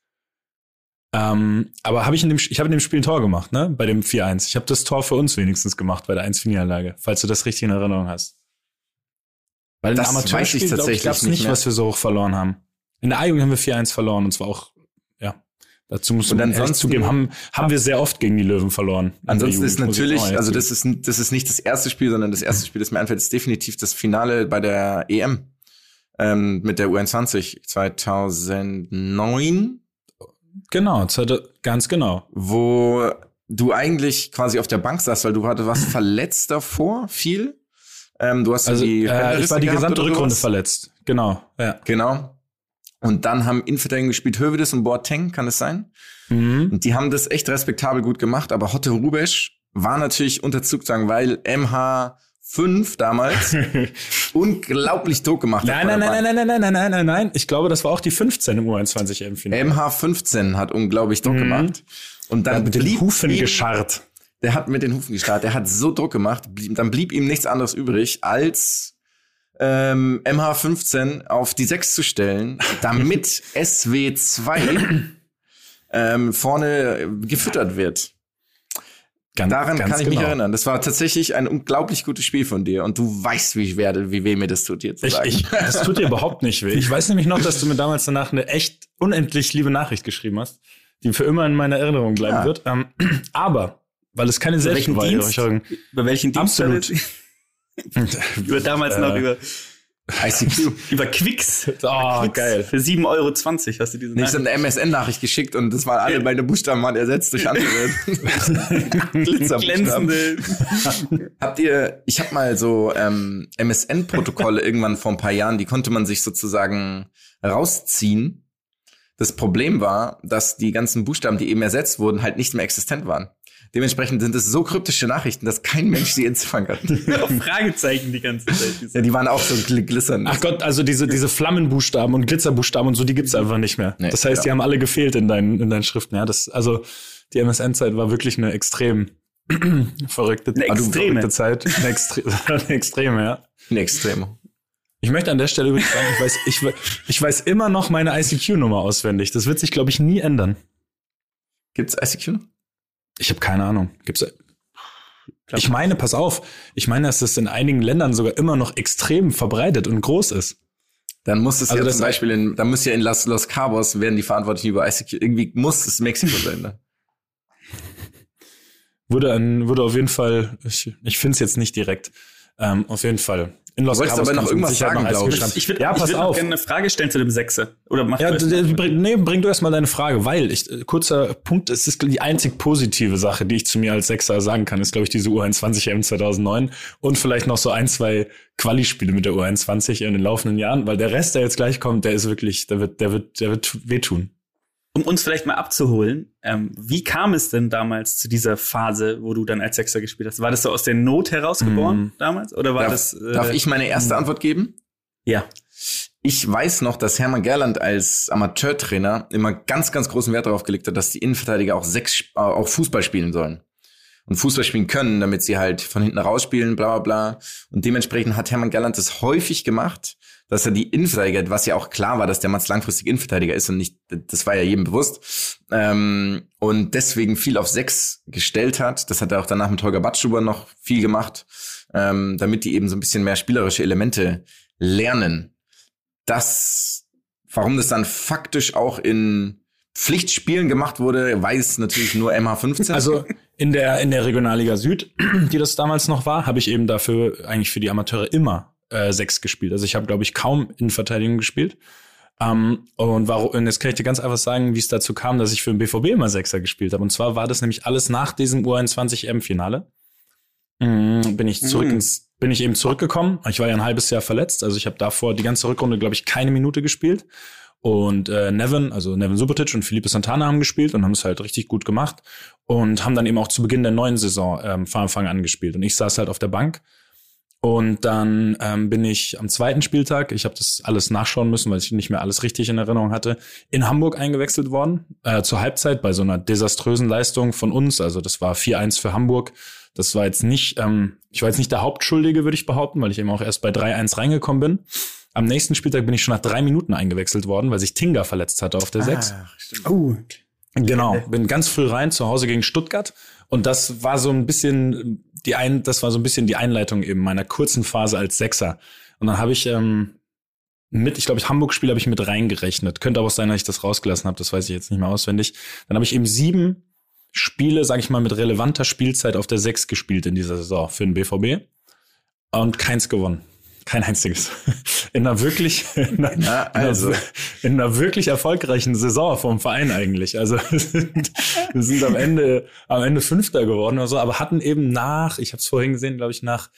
Ähm, aber habe ich in dem, ich habe in dem Spiel ein Tor gemacht, ne? Bei dem vier eins. Ich habe das Tor für uns wenigstens gemacht bei der eins vier Niederlage, falls du das richtig in Erinnerung hast. Weil das im Amateurspiel, glaube ich, gab es nicht, was wir so hoch verloren haben. In der A-Jugend haben wir vier eins verloren und zwar auch, ja, dazu musst du dann ehrlich zugeben, haben, haben wir sehr oft gegen die Löwen verloren. Ansonsten ist natürlich, also das ist, das ist nicht das erste Spiel, sondern das erste Spiel, das mir einfällt, ist definitiv das Finale bei der E M ähm, mit der U einundzwanzig zweitausendneun. Genau, ganz genau. Wo du eigentlich quasi auf der Bank saßt, weil du hattest was verletzt davor, viel. Ähm, du hast also die äh, ich war die gesamte Rückrunde verletzt. Genau, ja. Genau. Und dann haben Innenverteidigung gespielt Hövedes und Boateng, kann es sein? Mhm. Und die haben das echt respektabel gut gemacht, aber Hotte Rubesch war natürlich unter Zugzwang, weil M H fünf damals unglaublich Druck gemacht nein, hat. Nein, nein, nein, nein, nein, nein, nein, nein, nein. Ich glaube, das war auch die fünfzehn im U einundzwanzig M-Finale. M H fünfzehn hat unglaublich Druck mhm. gemacht. Und dann der hat mit den Hufen ihm, gescharrt. Der hat mit den Hufen gestarrt. Der hat so Druck gemacht. Blieb, dann blieb ihm nichts anderes übrig, als ähm, M H fünfzehn auf die sechs zu stellen, damit S W zwei ähm, vorne gefüttert wird. Ganz, Daran ganz kann ich genau. mich erinnern. Das war tatsächlich ein unglaublich gutes Spiel von dir. Und du weißt, wie ich werde, wie weh mir das tut, dir zu sagen. Ich, ich, das tut dir überhaupt nicht weh. Ich weiß nämlich noch, dass du mir damals danach eine echt unendlich liebe Nachricht geschrieben hast, die für immer in meiner Erinnerung bleiben ja. wird. Ähm, aber, weil es keine Selbstbeweihräucherung... Über welchen Dienst? Absolut. über damals äh, noch über... I C Q. Über Quicks. Oh, Quicks. Geil. Für sieben Euro zwanzig hast du diese Nachricht. Ich habe eine M S N-Nachricht geschickt und das waren alle meine Buchstaben waren ersetzt durch andere Glitzerbuchstaben. Habt ihr, ich habe mal so ähm, M S N-Protokolle irgendwann vor ein paar Jahren, die konnte man sich sozusagen rausziehen. Das Problem war, dass die ganzen Buchstaben, die eben ersetzt wurden, halt nicht mehr existent waren. Dementsprechend sind es so kryptische Nachrichten, dass kein Mensch sie entziffern kann. Fragezeichen die ganze Zeit. Ja, die waren auch so gl- glitzernd. Ach Gott, also diese diese Flammenbuchstaben und Glitzerbuchstaben und so, die gibt's einfach nicht mehr. Nee, das heißt, ja. die haben alle gefehlt in deinen in deinen Schriften. Ja, das also die M S N-Zeit war wirklich eine extrem verrückte, eine extreme verrückte Zeit, eine, extre- eine extreme, ja. Eine extreme. Ich möchte an der Stelle übrigens sagen, ich weiß ich, ich weiß immer noch meine I C Q-Nummer auswendig. Das wird sich, glaube ich, nie ändern. Gibt's I C Q? Ich habe keine Ahnung. Gibt's? Ich meine, pass auf, ich meine, dass das in einigen Ländern sogar immer noch extrem verbreitet und groß ist. Dann muss es also ja das zum Beispiel in, dann muss ja in Los, Los Cabos werden die Verantwortlichen über I C Q, irgendwie muss es Mexiko sein, ne? Wurde ein, wurde auf jeden Fall, ich, ich finde es jetzt nicht direkt, ähm, auf jeden Fall. In Los Cabos aber noch irgendwas sagen, glaube ich. Ich würde ja, ich pass würd auf. noch gerne eine Frage stellen zu dem Sechser. Oder mach ja, du d- bring, nee, bring du erst mal deine Frage, weil ich, kurzer Punkt, es ist die einzig positive Sache, die ich zu mir als Sechser sagen kann, ist, glaube ich, diese U einundzwanzig M zweitausendneun und vielleicht noch so ein, zwei Quali-Spiele mit der U einundzwanzig in den laufenden Jahren, weil der Rest, der jetzt gleich kommt, der ist wirklich, der wird, der wird, der wird wehtun. Um uns vielleicht mal abzuholen, ähm, wie kam es denn damals zu dieser Phase, wo du dann als Sechser gespielt hast? War das so aus der Not herausgeboren Mm. damals? Oder war darf, das? Äh, darf ich meine erste Antwort geben? Ja. Ich weiß noch, dass Hermann Gerland als Amateurtrainer immer ganz, ganz großen Wert darauf gelegt hat, dass die Innenverteidiger auch sechs, äh, auch Fußball spielen sollen. Und Fußball spielen können, damit sie halt von hinten rausspielen, bla, bla, bla. Und dementsprechend hat Hermann Gerland das häufig gemacht, dass er die Innenverteidiger, was ja auch klar war, dass der Mats langfristig Innenverteidiger ist und nicht, das war ja jedem bewusst, ähm, und deswegen viel auf sechs gestellt hat. Das hat er auch danach mit Holger Badstuber noch viel gemacht, ähm, damit die eben so ein bisschen mehr spielerische Elemente lernen. Das, warum das dann faktisch auch in Pflichtspielen gemacht wurde, weiß natürlich nur M H fünfzehn. Also in der in der Regionalliga Süd, die das damals noch war, habe ich eben dafür eigentlich für die Amateure immer äh, sechs gespielt. Also ich habe, glaube ich, kaum in Verteidigung gespielt. Um, und, warum, und jetzt kann ich dir ganz einfach sagen, wie es dazu kam, dass ich für den B V B immer Sechser gespielt habe. Und zwar war das nämlich alles nach diesem U einundzwanzig M-Finale. Mhm, bin ich zurück mhm. ins bin ich eben zurückgekommen. Ich war ja ein halbes Jahr verletzt, also ich habe davor die ganze Rückrunde, glaube ich, keine Minute gespielt. Und äh, Nevin, also Nevin Subotic und Felipe Santana haben gespielt und haben es halt richtig gut gemacht und haben dann eben auch zu Beginn der neuen Saison ähm, von Anfang an gespielt. Und ich saß halt auf der Bank. Und dann ähm, bin ich am zweiten Spieltag, ich habe das alles nachschauen müssen, weil ich nicht mehr alles richtig in Erinnerung hatte, in Hamburg eingewechselt worden, äh, zur Halbzeit bei so einer desaströsen Leistung von uns. Also das war vier eins für Hamburg. Das war jetzt nicht, ähm, ich war jetzt nicht der Hauptschuldige, würde ich behaupten, weil ich eben auch erst bei drei eins reingekommen bin. Am nächsten Spieltag bin ich schon nach drei Minuten eingewechselt worden, weil sich Tinga verletzt hatte auf der sechs. Ah, stimmt. Oh. Genau, bin ganz früh rein, zu Hause gegen Stuttgart. Und das war so ein bisschen die ein, das war so ein bisschen die Einleitung eben meiner kurzen Phase als Sechser. Und dann habe ich ähm, mit, ich glaube, ich Hamburg-Spiel habe ich mit reingerechnet. Könnte aber auch sein, dass ich das rausgelassen habe, das weiß ich jetzt nicht mehr auswendig. Dann habe ich eben sieben Spiele, sage ich mal, mit relevanter Spielzeit auf der sechs gespielt in dieser Saison für den B V B. Und keins gewonnen. Kein einziges. In einer wirklich, in einer, ja, also. in einer wirklich erfolgreichen Saison vom Verein eigentlich. Also wir sind, wir sind am Ende, am Ende Fünfter geworden oder so, aber hatten eben nach, ich habe es vorhin gesehen, glaube ich, nach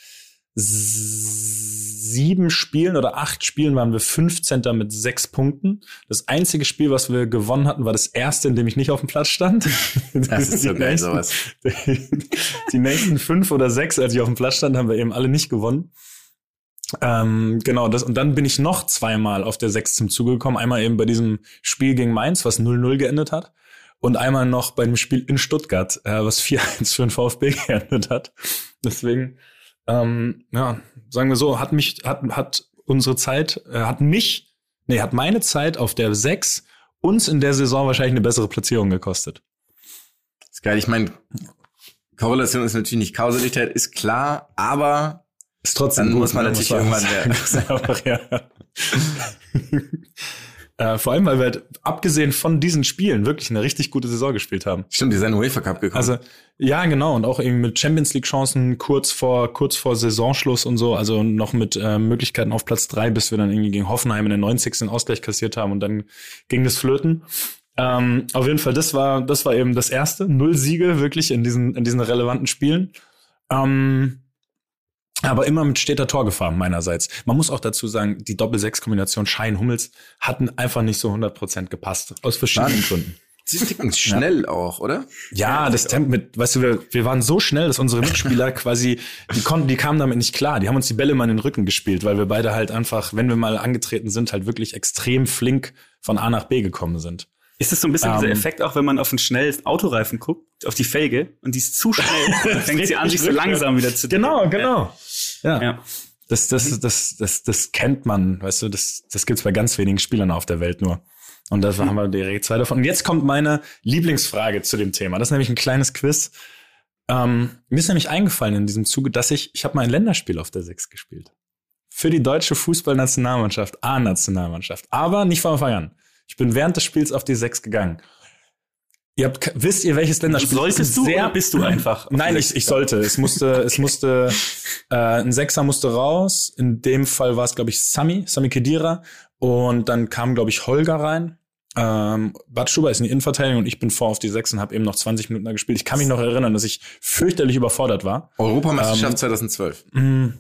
sieben Spielen oder acht Spielen waren wir fünfzehnter mit sechs Punkten. Das einzige Spiel, was wir gewonnen hatten, war das erste, in dem ich nicht auf dem Platz stand. Das ist so geil, sowas. Die, die nächsten fünf oder sechs, als ich auf dem Platz stand, haben wir eben alle nicht gewonnen. Ähm, genau, das, und dann bin ich noch zweimal auf der sechs zum Zuge gekommen. Einmal eben bei diesem Spiel gegen Mainz, was null null geendet hat. Und einmal noch bei dem Spiel in Stuttgart, äh, was vier eins für den VfB geendet hat. Deswegen, ähm, ja, sagen wir so, hat mich, hat, hat unsere Zeit, äh, hat mich, nee, hat meine Zeit auf der sechs uns in der Saison wahrscheinlich eine bessere Platzierung gekostet. Das ist geil. Ich meine, Korrelation ist natürlich nicht Kausalität, ist klar, aber ist trotzdem dann gut, muss man natürlich muss irgendwann einfach, ja. äh, vor allem, weil wir halt, abgesehen von diesen Spielen, wirklich eine richtig gute Saison gespielt haben. Stimmt, die sind in den UEFA Cup gekommen. Also, ja, genau. Und auch eben mit Champions League Chancen kurz vor, kurz vor Saisonschluss und so. Also noch mit äh, Möglichkeiten auf Platz drei, bis wir dann irgendwie gegen Hoffenheim in der neunzigsten den Ausgleich kassiert haben und dann ging das flöten. Ähm, auf jeden Fall, das war, das war eben das erste. Null Siege wirklich in diesen, in diesen relevanten Spielen. Ähm, Aber immer mit steter Torgefahr meinerseits. Man muss auch dazu sagen, die Doppel-Sechs-Kombination Schein-Hummels hatten einfach nicht so hundert Prozent gepasst. Aus verschiedenen Nein. Gründen. Sie ticken schnell ja. auch, oder? Ja, das Tempo mit, weißt du, wir, wir waren so schnell, dass unsere Mitspieler quasi, die konnten, die kamen damit nicht klar. Die haben uns die Bälle mal in den Rücken gespielt, weil wir beide halt einfach, wenn wir mal angetreten sind, halt wirklich extrem flink von A nach B gekommen sind. Ist das so ein bisschen Ähm, dieser Effekt, auch wenn man auf einen schnellen Autoreifen guckt, auf die Felge, und die ist zu schnell, dann fängt sie an, sich so langsam wieder zu drehen. Genau, genau. Ja. Ja. Das, das, das, das, das kennt man, weißt du, das, das gibt's bei ganz wenigen Spielern auf der Welt nur. Und da haben wir direkt zwei davon. Und jetzt kommt meine Lieblingsfrage zu dem Thema. Das ist nämlich ein kleines Quiz. Ähm, mir ist nämlich eingefallen in diesem Zuge, dass ich, ich habe mal ein Länderspiel auf der sechs gespielt. Für die deutsche Fußballnationalmannschaft, A-Nationalmannschaft. Aber nicht von Anfang an. Ich bin während des Spiels auf die sechs gegangen. Ihr habt, wisst ihr, welches Länderspiel? Solltest du sehr, oder bist du einfach? Nein, ich, ich sollte. Es musste, es musste, äh, ein Sechser musste raus. In dem Fall war es, glaube ich, Sami, Sami Khedira. Und dann kam, glaube ich, Holger rein. Ähm, Badstuber ist in die Innenverteidigung und ich bin vor auf die sechs und habe eben noch zwanzig Minuten da gespielt. Ich kann mich noch erinnern, dass ich fürchterlich überfordert war. Europameisterschaft ähm, zweitausendzwölf. Mh,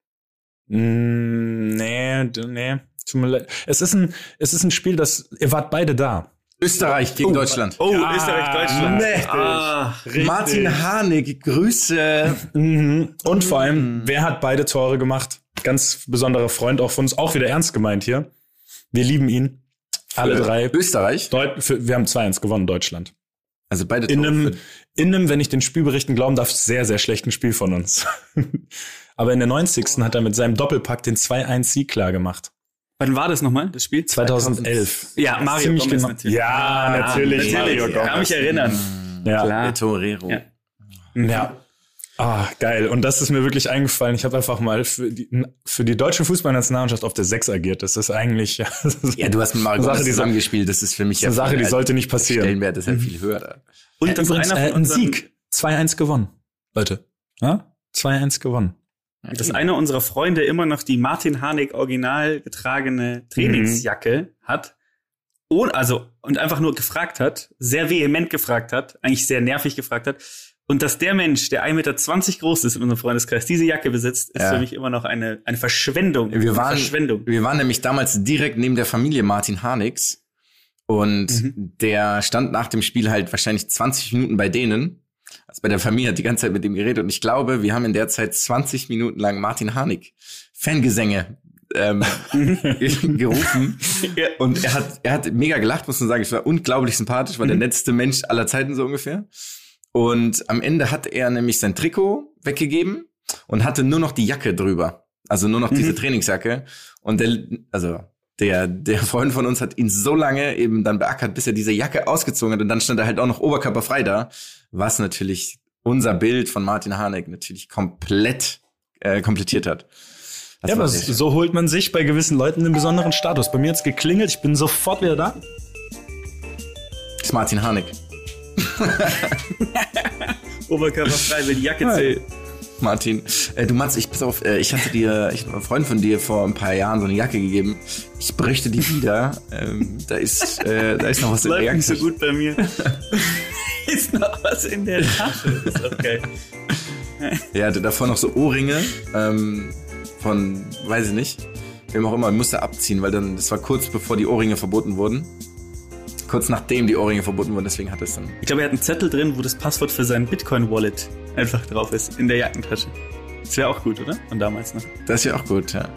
mh, nee, nee. Tut mir leid. Es ist ein, es ist ein Spiel, das, ihr wart beide da. Österreich gegen oh, Deutschland. Oh, Ja, Österreich, Deutschland. mächtig. Ah, Martin Harnik, Grüße. Mhm. Und vor allem, wer hat beide Tore gemacht? Ganz besonderer Freund auch von uns, auch wieder ernst gemeint hier. Wir lieben ihn. Alle Für drei. Österreich. Deut- für, wir haben zwei eins gewonnen, Deutschland. Also beide In Tore. einem, für- in einem, wenn ich den Spielberichten glauben darf, sehr, sehr schlechten Spiel von uns. Aber in der neunzigsten hat er mit seinem Doppelpack den zwei eins Sieg klar gemacht. Wann war das nochmal, das Spiel? zweitausendelf. Ja, Mario Ziemlich Gomez genau. natürlich. Ja, natürlich. Natürlich, Mario kann mich erinnern. Ja. Klar. Der Torero. Ja. Ja. Ah, geil. Und das ist mir wirklich eingefallen. Ich habe einfach mal für die, für die deutsche Fußballnationalmannschaft auf der sechs agiert. Das ist eigentlich, ja, das ist Ja, du hast mit Mario Sache, Gomez die zusammengespielt. Das ist für mich eine ja Sache, viel- die sollte nicht der passieren. Stellenwert ist ja viel höher da. Und Ja, das übrigens, ist einer äh, von ein unseren, Sieg. zwei eins gewonnen. Leute. Ja? zwei eins gewonnen. dass einer unserer Freunde immer noch die Martin Harnik original getragene Trainingsjacke hat. Und, also, und einfach nur gefragt hat, sehr vehement gefragt hat, eigentlich sehr nervig gefragt hat, Und dass der Mensch, der ein Meter zwanzig groß ist in unserem Freundeskreis, diese Jacke besitzt, ist Ja. für mich immer noch eine, eine Verschwendung. Wir waren, eine Verschwendung. wir waren nämlich damals direkt neben der Familie Martin Harnigs. Und Mhm. der stand nach dem Spiel halt wahrscheinlich zwanzig Minuten bei denen. Also bei der Familie hat die ganze Zeit mit dem geredet. Und ich glaube, wir haben in der Zeit zwanzig Minuten lang Martin Harnig Fangesänge ähm, gerufen. Ja. Und er hat, er hat mega gelacht, muss man sagen. Ich war unglaublich sympathisch, war Mhm. der nettste Mensch aller Zeiten so ungefähr. Und am Ende hat er nämlich sein Trikot weggegeben und hatte nur noch die Jacke drüber. Also nur noch diese Mhm. Trainingsjacke. Und der, also der, der Freund von uns hat ihn so lange eben dann beackert, bis er diese Jacke ausgezogen hat. Und dann stand er halt auch noch oberkörperfrei da. Was natürlich unser Bild von Martin Harnik natürlich komplett äh, komplettiert hat. Das Ja, war aber sehr schön. so holt man sich bei gewissen Leuten einen besonderen Status. Bei mir hat's geklingelt, ich bin sofort wieder da. Das ist Martin Harnik. Oberkörperfrei will die Jacke Hey. zählen. Martin, äh, du Mats, ich pass auf, äh, ich hatte dir, ich habe einem Freund von dir vor ein paar Jahren so eine Jacke gegeben. Ich bräuchte die wieder. Ähm, da ist, äh, da ist noch was in der Läuft Jacke. nicht so gut bei mir. Ist noch was in der Tasche. Ist okay. Er hatte davor noch so Ohrringe ähm, von, weiß ich nicht, wem auch immer, musste abziehen, weil dann, das war kurz bevor die Ohrringe verboten wurden. Kurz nachdem die Ohrringe verboten wurden, deswegen hat es dann. Ich glaube, er hat einen Zettel drin, wo das Passwort für sein Bitcoin-Wallet einfach drauf ist, in der Jackentasche. Das wäre auch gut, oder? Von damals noch. Das ist ja auch gut, ja.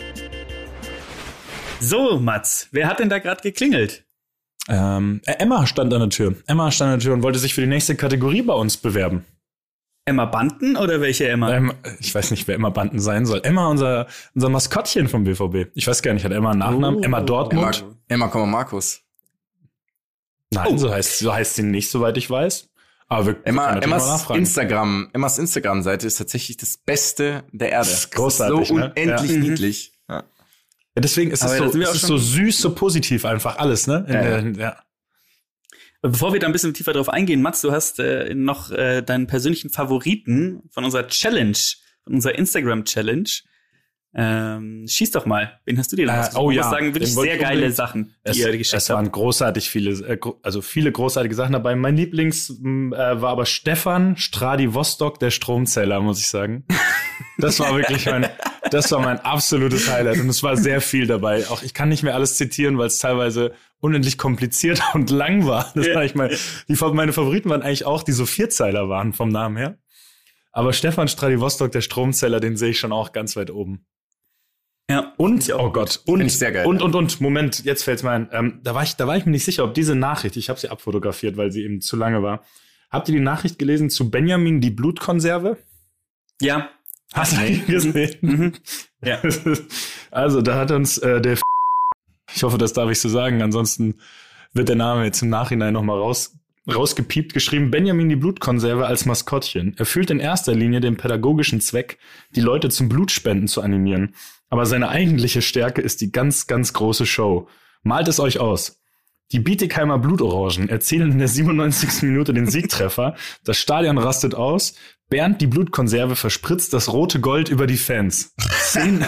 So, Mats, wer hat denn da gerade geklingelt? Ähm, äh, Emma stand an der Tür. Emma stand an der Tür und wollte sich für die nächste Kategorie bei uns bewerben. Emma Banten oder welche Emma? Ähm, ich weiß nicht, wer Emma Banten sein soll. Emma, unser, unser Maskottchen vom B V B. Ich weiß gar nicht, hat Emma einen Nachnamen? Oh. Emma Emma, Dortmund? Emma Komma Markus. Nein, Oh. so heißt, so heißt sie nicht, soweit ich weiß. Aber wir, wir Emma, können natürlich mal Emmas nachfragen. Instagram, Emmas Instagram-Seite ist tatsächlich das Beste der Erde. Das ist großartig, so ne? unendlich Ja. niedlich. Ja. Ja, deswegen ist es Aber so, da sind wir es auch ist schon- so süß, so positiv einfach alles, ne? In Ja, der, ja. ja. Bevor wir da ein bisschen tiefer drauf eingehen, Mats, du hast äh, noch äh, deinen persönlichen Favoriten von unserer Challenge, von unserer Instagram-Challenge. Ähm, schieß doch mal. Wen hast du dir denn Äh, ausgesucht? oh Ich ja, muss sagen, wirklich den wollte sehr ich geile unbedingt- Sachen, die Es, ihr geschickt es waren habt. großartig viele, äh, gro- also viele großartige Sachen dabei. Mein Lieblings m, äh, war aber Stefan Stradi-Vostok, der Stromzähler, muss ich sagen. Das war wirklich mein, das war mein absolutes Highlight und es war sehr viel dabei. Auch ich kann nicht mehr alles zitieren, weil es teilweise unendlich kompliziert und lang war. Das Ja. war ich mein, die, meine Favoriten waren eigentlich auch, die so Vierzeiler waren vom Namen her. Aber Stefan Stradi-Vostok, der Stromzähler, den sehe ich schon auch ganz weit oben. Ja. Und, Ich auch. oh Gott, und, Finde ich sehr geil. und, und, und, Moment, jetzt fällt's mir ein. Ähm, da war ich, da war ich mir nicht sicher, ob diese Nachricht, ich habe sie abfotografiert, weil sie eben zu lange war. Habt ihr die Nachricht gelesen zu Benjamin, die Blutkonserve? Ja. Hast du die gesehen? Mhm. Ja. Also, da hat uns äh, der, ich hoffe, das darf ich so sagen, ansonsten wird der Name jetzt im Nachhinein nochmal raus, rausgepiept geschrieben. Benjamin, die Blutkonserve als Maskottchen erfüllt in erster Linie den pädagogischen Zweck, die Leute zum Blutspenden zu animieren. Aber seine eigentliche Stärke ist die ganz, ganz große Show. Malt es euch aus. Die Bietigheimer Blutorangen erzielen in der siebenundneunzigsten Minute den Siegtreffer. Das Stadion rastet aus. Bernd, die Blutkonserve, verspritzt das rote Gold über die Fans. Zehn-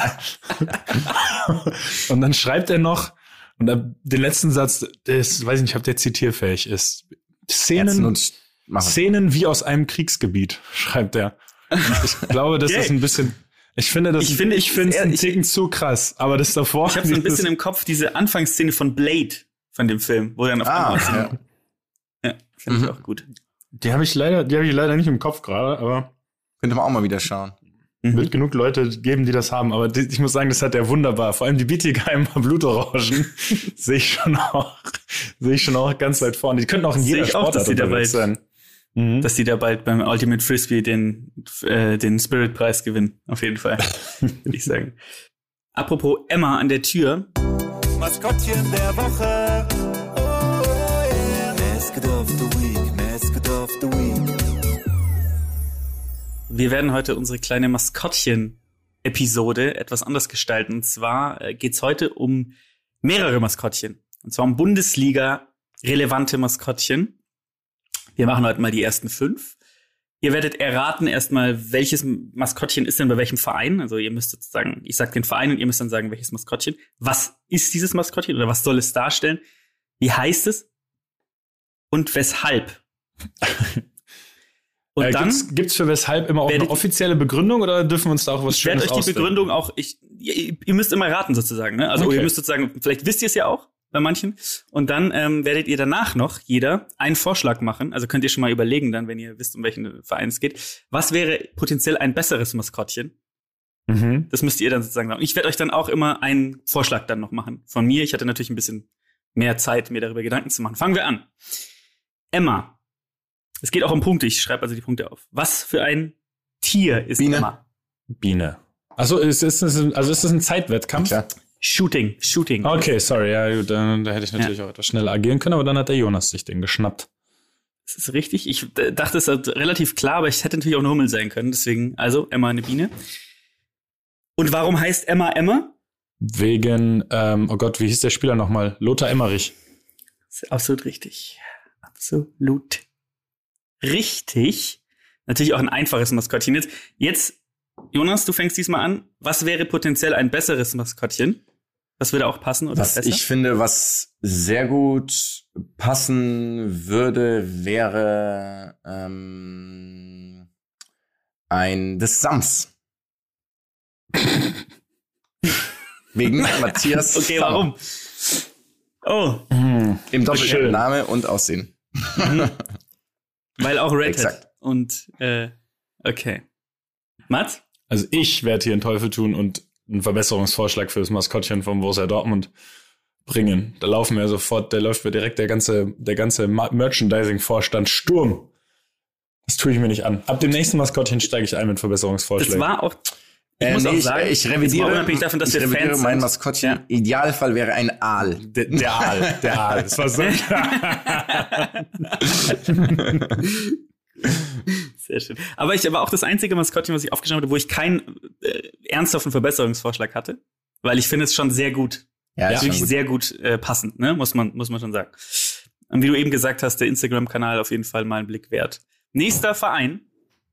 und dann schreibt er noch, und dann den letzten Satz, der ist, weiß ich nicht, ob der zitierfähig ist. Herzen Szenen, und machen. Szenen wie aus einem Kriegsgebiet, schreibt er. Und ich glaube, das Okay. ist ein bisschen, ich finde das, Ich finde, ich finde es eher- einen ich- Ticken zu krass, aber das davor. Ich habe so ein dieses- bisschen im Kopf diese Anfangsszene von Blade von dem Film, wo dann auf Ah, einmal ja. ja, finde ich Mhm. auch gut. Die habe ich leider, die habe ich leider nicht im Kopf gerade, aber Könnte man auch mal wieder schauen. Mhm. wird genug Leute geben, die das haben. Aber die, ich muss sagen, das hat er wunderbar. Vor allem die Bietigheimer Blutorangen sehe ich schon auch, sehe ich schon auch ganz weit vorne. Die könnten auch in Sehe jeder ich auch, dass Sportart die dabei unterwegs sein. Mhm. Dass die da bald beim Ultimate Frisbee den, äh, den Spirit-Preis gewinnen. Auf jeden Fall, würde ich sagen. Apropos Emma an der Tür. Maskottchen der Woche. Oh yeah. Mascot of the Week, Mascot of the Week. Wir werden heute unsere kleine Maskottchen-Episode etwas anders gestalten. Und zwar äh, geht's heute um mehrere Maskottchen. Und zwar um Bundesliga-relevante Maskottchen. Wir machen heute mal die ersten fünf. Ihr werdet erraten erstmal, welches Maskottchen ist denn bei welchem Verein. Also ihr müsst sozusagen, ich sag den Verein und ihr müsst dann sagen, welches Maskottchen. Was ist dieses Maskottchen oder was soll es darstellen? Wie heißt es? Und weshalb? Und äh, dann gibt's, gibt's für weshalb immer auch eine offizielle Begründung oder dürfen wir uns da auch was ich werde Schönes euch die ausdenken? Begründung auch, ich, ihr, ihr müsst immer raten sozusagen, ne? Also Okay. ihr müsst sozusagen, vielleicht wisst ihr es ja auch bei manchen. Und dann ähm, werdet ihr danach noch jeder einen Vorschlag machen. Also könnt ihr schon mal überlegen dann, wenn ihr wisst, um welchen Verein es geht. Was wäre potenziell ein besseres Maskottchen? Mhm. Das müsst ihr dann sozusagen sagen. Ich werde euch dann auch immer einen Vorschlag dann noch machen. Von mir, ich hatte natürlich ein bisschen mehr Zeit, mir darüber Gedanken zu machen. Fangen wir an. Emma. Es geht auch um Punkte. Ich schreibe also die Punkte auf. Was für ein Tier ist Biene. Emma? Biene. Achso, ist, ist, ist, also ist das ein Zeitwettkampf? Klar. Shooting. Shooting. Okay, sorry, ja, gut, dann, da hätte ich natürlich auch etwas schneller agieren können, aber dann hat der Jonas sich den geschnappt. Das ist richtig. Ich äh, dachte, es ist relativ klar, aber es hätte natürlich auch eine Hummel sein können. Deswegen, also, Emma eine Biene. Und warum heißt Emma Emma? Wegen, ähm, oh Gott, wie hieß der Spieler nochmal? Lothar Emmerich. Das ist absolut richtig. Absolut richtig. Natürlich auch ein einfaches Maskottchen. Jetzt, jetzt, Jonas, du fängst diesmal an. Was wäre potenziell ein besseres Maskottchen? Was würde auch passen oder Was besser? ich finde, was sehr gut passen würde, wäre ähm, ein des Sams. Wegen Matthias. Okay, Sammer. warum? Oh, Im doppelten Schön. Name und Aussehen. weil auch Redhead. Exakt. Und, äh, okay. Mats? Also ich werde hier einen Teufel tun und einen Verbesserungsvorschlag für das Maskottchen vom Borussia Dortmund bringen. Da laufen wir sofort, da läuft mir direkt der ganze, der ganze Merchandising-Vorstand Sturm. Das tue ich mir nicht an. Ab dem nächsten Maskottchen steige ich ein mit Das Verbesserungsvorschlägen. war auch, ich Äh, muss nee, auch ich, sagen, ich jetzt mal revidiere, unabhängig davon, dass ich wir revidiere Fans mein sind. Maskottchen. Ja. Idealfall wäre ein Aal. Der, der Aal, der Aal. Das war so Sehr schön. Aber ich war auch das einzige Maskottchen, was ich aufgeschrieben hatte, wo ich keinen äh, ernsthaften Verbesserungsvorschlag hatte, weil ich finde es schon sehr gut. Ja, Ja, ist wirklich schon gut. sehr gut äh, passend, ne? Muss man, muss man schon sagen. Und wie du eben gesagt hast, der Instagram-Kanal auf jeden Fall mal einen Blick wert. Nächster Verein.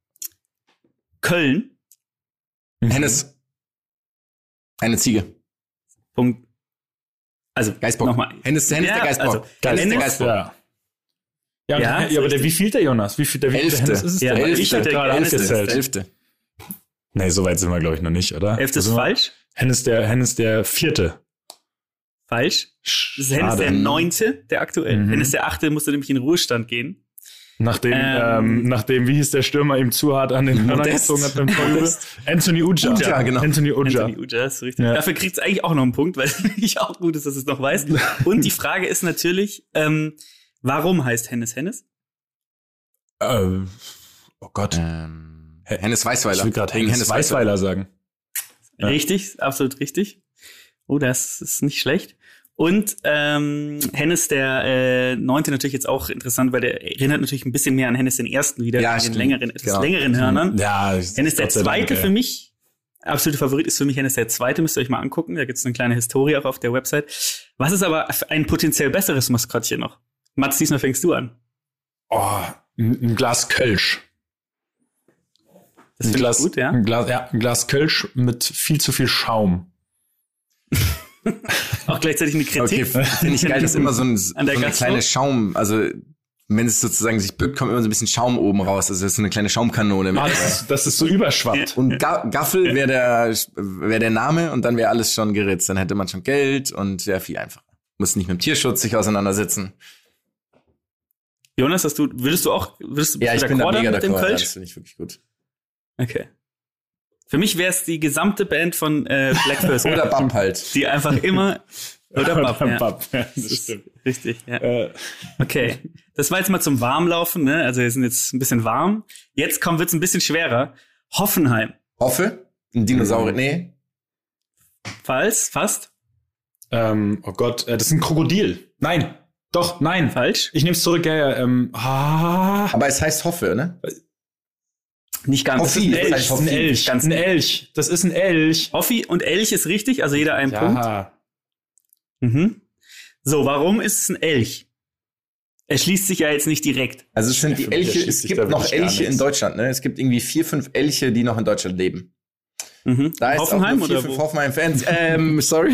Köln. Hennes. Eine Ziege. Punkt. Also, Geisbock. nochmal. Hennes, Hennes Ja, der Geisbock. also, Hennes der Hennes- Geisbock. Ja. Ja, Ja, ja, ist aber der, richtig. wie viel der Jonas? Wie viel der, wie viel der Elfte. Hennes ist es Ja, denn? Elfte. Ich hatte gerade Hennes ist abgezählt. Der Elfte. Nee, so weit sind wir, glaube ich, noch nicht, oder? Elf ist Also, falsch. Hennes der, Hennes der Vierte. Falsch. Das ist Hennes Schade. der Neunte, der aktuell. Mhm. Hennes der Achte musste nämlich in Ruhestand gehen. Nachdem, Ähm, ähm, nachdem, wie hieß der Stürmer, ihm zu hart an den Hörner Modest. gezogen hat beim Torjubel? Anthony Uja. Uja, genau. Anthony Uja. Anthony Uja, ist richtig. Ja. Dafür kriegt es eigentlich auch noch einen Punkt, weil es eigentlich auch gut ist, dass es noch weiß. Und die Frage ist natürlich, ähm, warum heißt Hennes Hennes? Äh, oh Gott. Ähm, Hennes Weißweiler. Ich will gerade Wegen Hennes Weißweiler sagen. Ja. Richtig, absolut richtig. Oh, das ist nicht schlecht. Und ähm, Hennes der äh, Neunte natürlich jetzt auch interessant, weil der erinnert natürlich ein bisschen mehr an Hennes den Ersten wieder, Ja, mit den stimmt. längeren, etwas Genau. längeren Hörnern. Ja, Hennes der Gott sei Dank, Zweite ey. für mich, absolute Favorit ist für mich Hennes der Zweite, müsst ihr euch mal angucken. Da gibt's eine kleine Historie auch auf der Website. Was ist aber ein potenziell besseres Maskottchen noch? Mats, diesmal fängst du an. Oh, ein, ein Glas Kölsch. Das Ein finde ich Glas, gut, ja. ein Glas, ja, ein Glas Kölsch mit viel zu viel Schaum. Auch gleichzeitig eine Okay, Kritik. finde ich geil, dass immer so, ein, so An der eine Gastro? kleine Schaum, also wenn es sozusagen sich bückt, kommt immer so ein bisschen Schaum oben raus. Also das ist so eine kleine Schaumkanone. Mit Ah, das, ist, das ist so überschwappt. und Ga Gaffel wäre der, wär der Name und dann wäre alles schon geritzt. Dann hätte man schon Geld und wäre viel einfacher. Muss nicht mit dem Tierschutz sich auseinandersetzen. Jonas, hast du, würdest du auch, würdest du Ja, ich d'accord bin da mega mit dem d'accord. Ja, Kölsch? das finde ich wirklich gut. Okay. Für mich wäre es die gesamte Band von äh, Black First. Oder Bump halt. Die einfach immer oder Bab, ja. Bab, ja, Das das ist stimmt. richtig, ja. Äh, Okay. Das war jetzt mal zum Warmlaufen, ne? Also wir sind jetzt ein bisschen warm. Jetzt kommt wird's ein bisschen schwerer. Hoffenheim. Hoffe? Ein Dinosaurier? Nee. Falls, fast. ähm, oh Gott, äh, das ist ein Krokodil. Nein, doch, nein. Falsch. Ich nehme es zurück, ja, ja. Ähm, ah, Aber es heißt Hoffe, ne? Nicht ganz. Hoffi. Das ist Elch, ein Hoffi. ein Elch, Ganz- ein Elch. Das ist ein Elch. Hoffi und Elch ist richtig, also jeder einen Punkt. Ja, Mhm. So, warum ist es ein Elch? Er schließt sich ja jetzt nicht direkt. Also ich finde die Für mich Elche, erschließt es sich gibt da noch wirklich gar Elche in nichts. Deutschland, ne? Es gibt irgendwie vier, fünf Elche, die noch in Deutschland leben. Mhm. Da ist Hoffenheim auch nur vier, oder fünf wo? Hoffenheim-Fans. Ähm, sorry.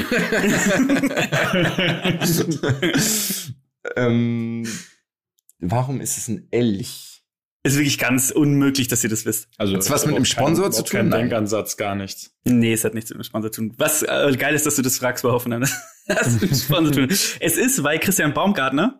ähm, warum ist es ein Elch? Ist wirklich ganz unmöglich, dass ihr das wisst. Also Hat's was mit dem Sponsor zu tun? Kein Nein. Denkansatz, gar nichts. Nee, es hat nichts mit dem Sponsor zu tun. Was äh, geil ist, dass du das fragst, bei Hoffenheim. Das hat mit dem Sponsor zu tun. Es ist, weil Christian Baumgartner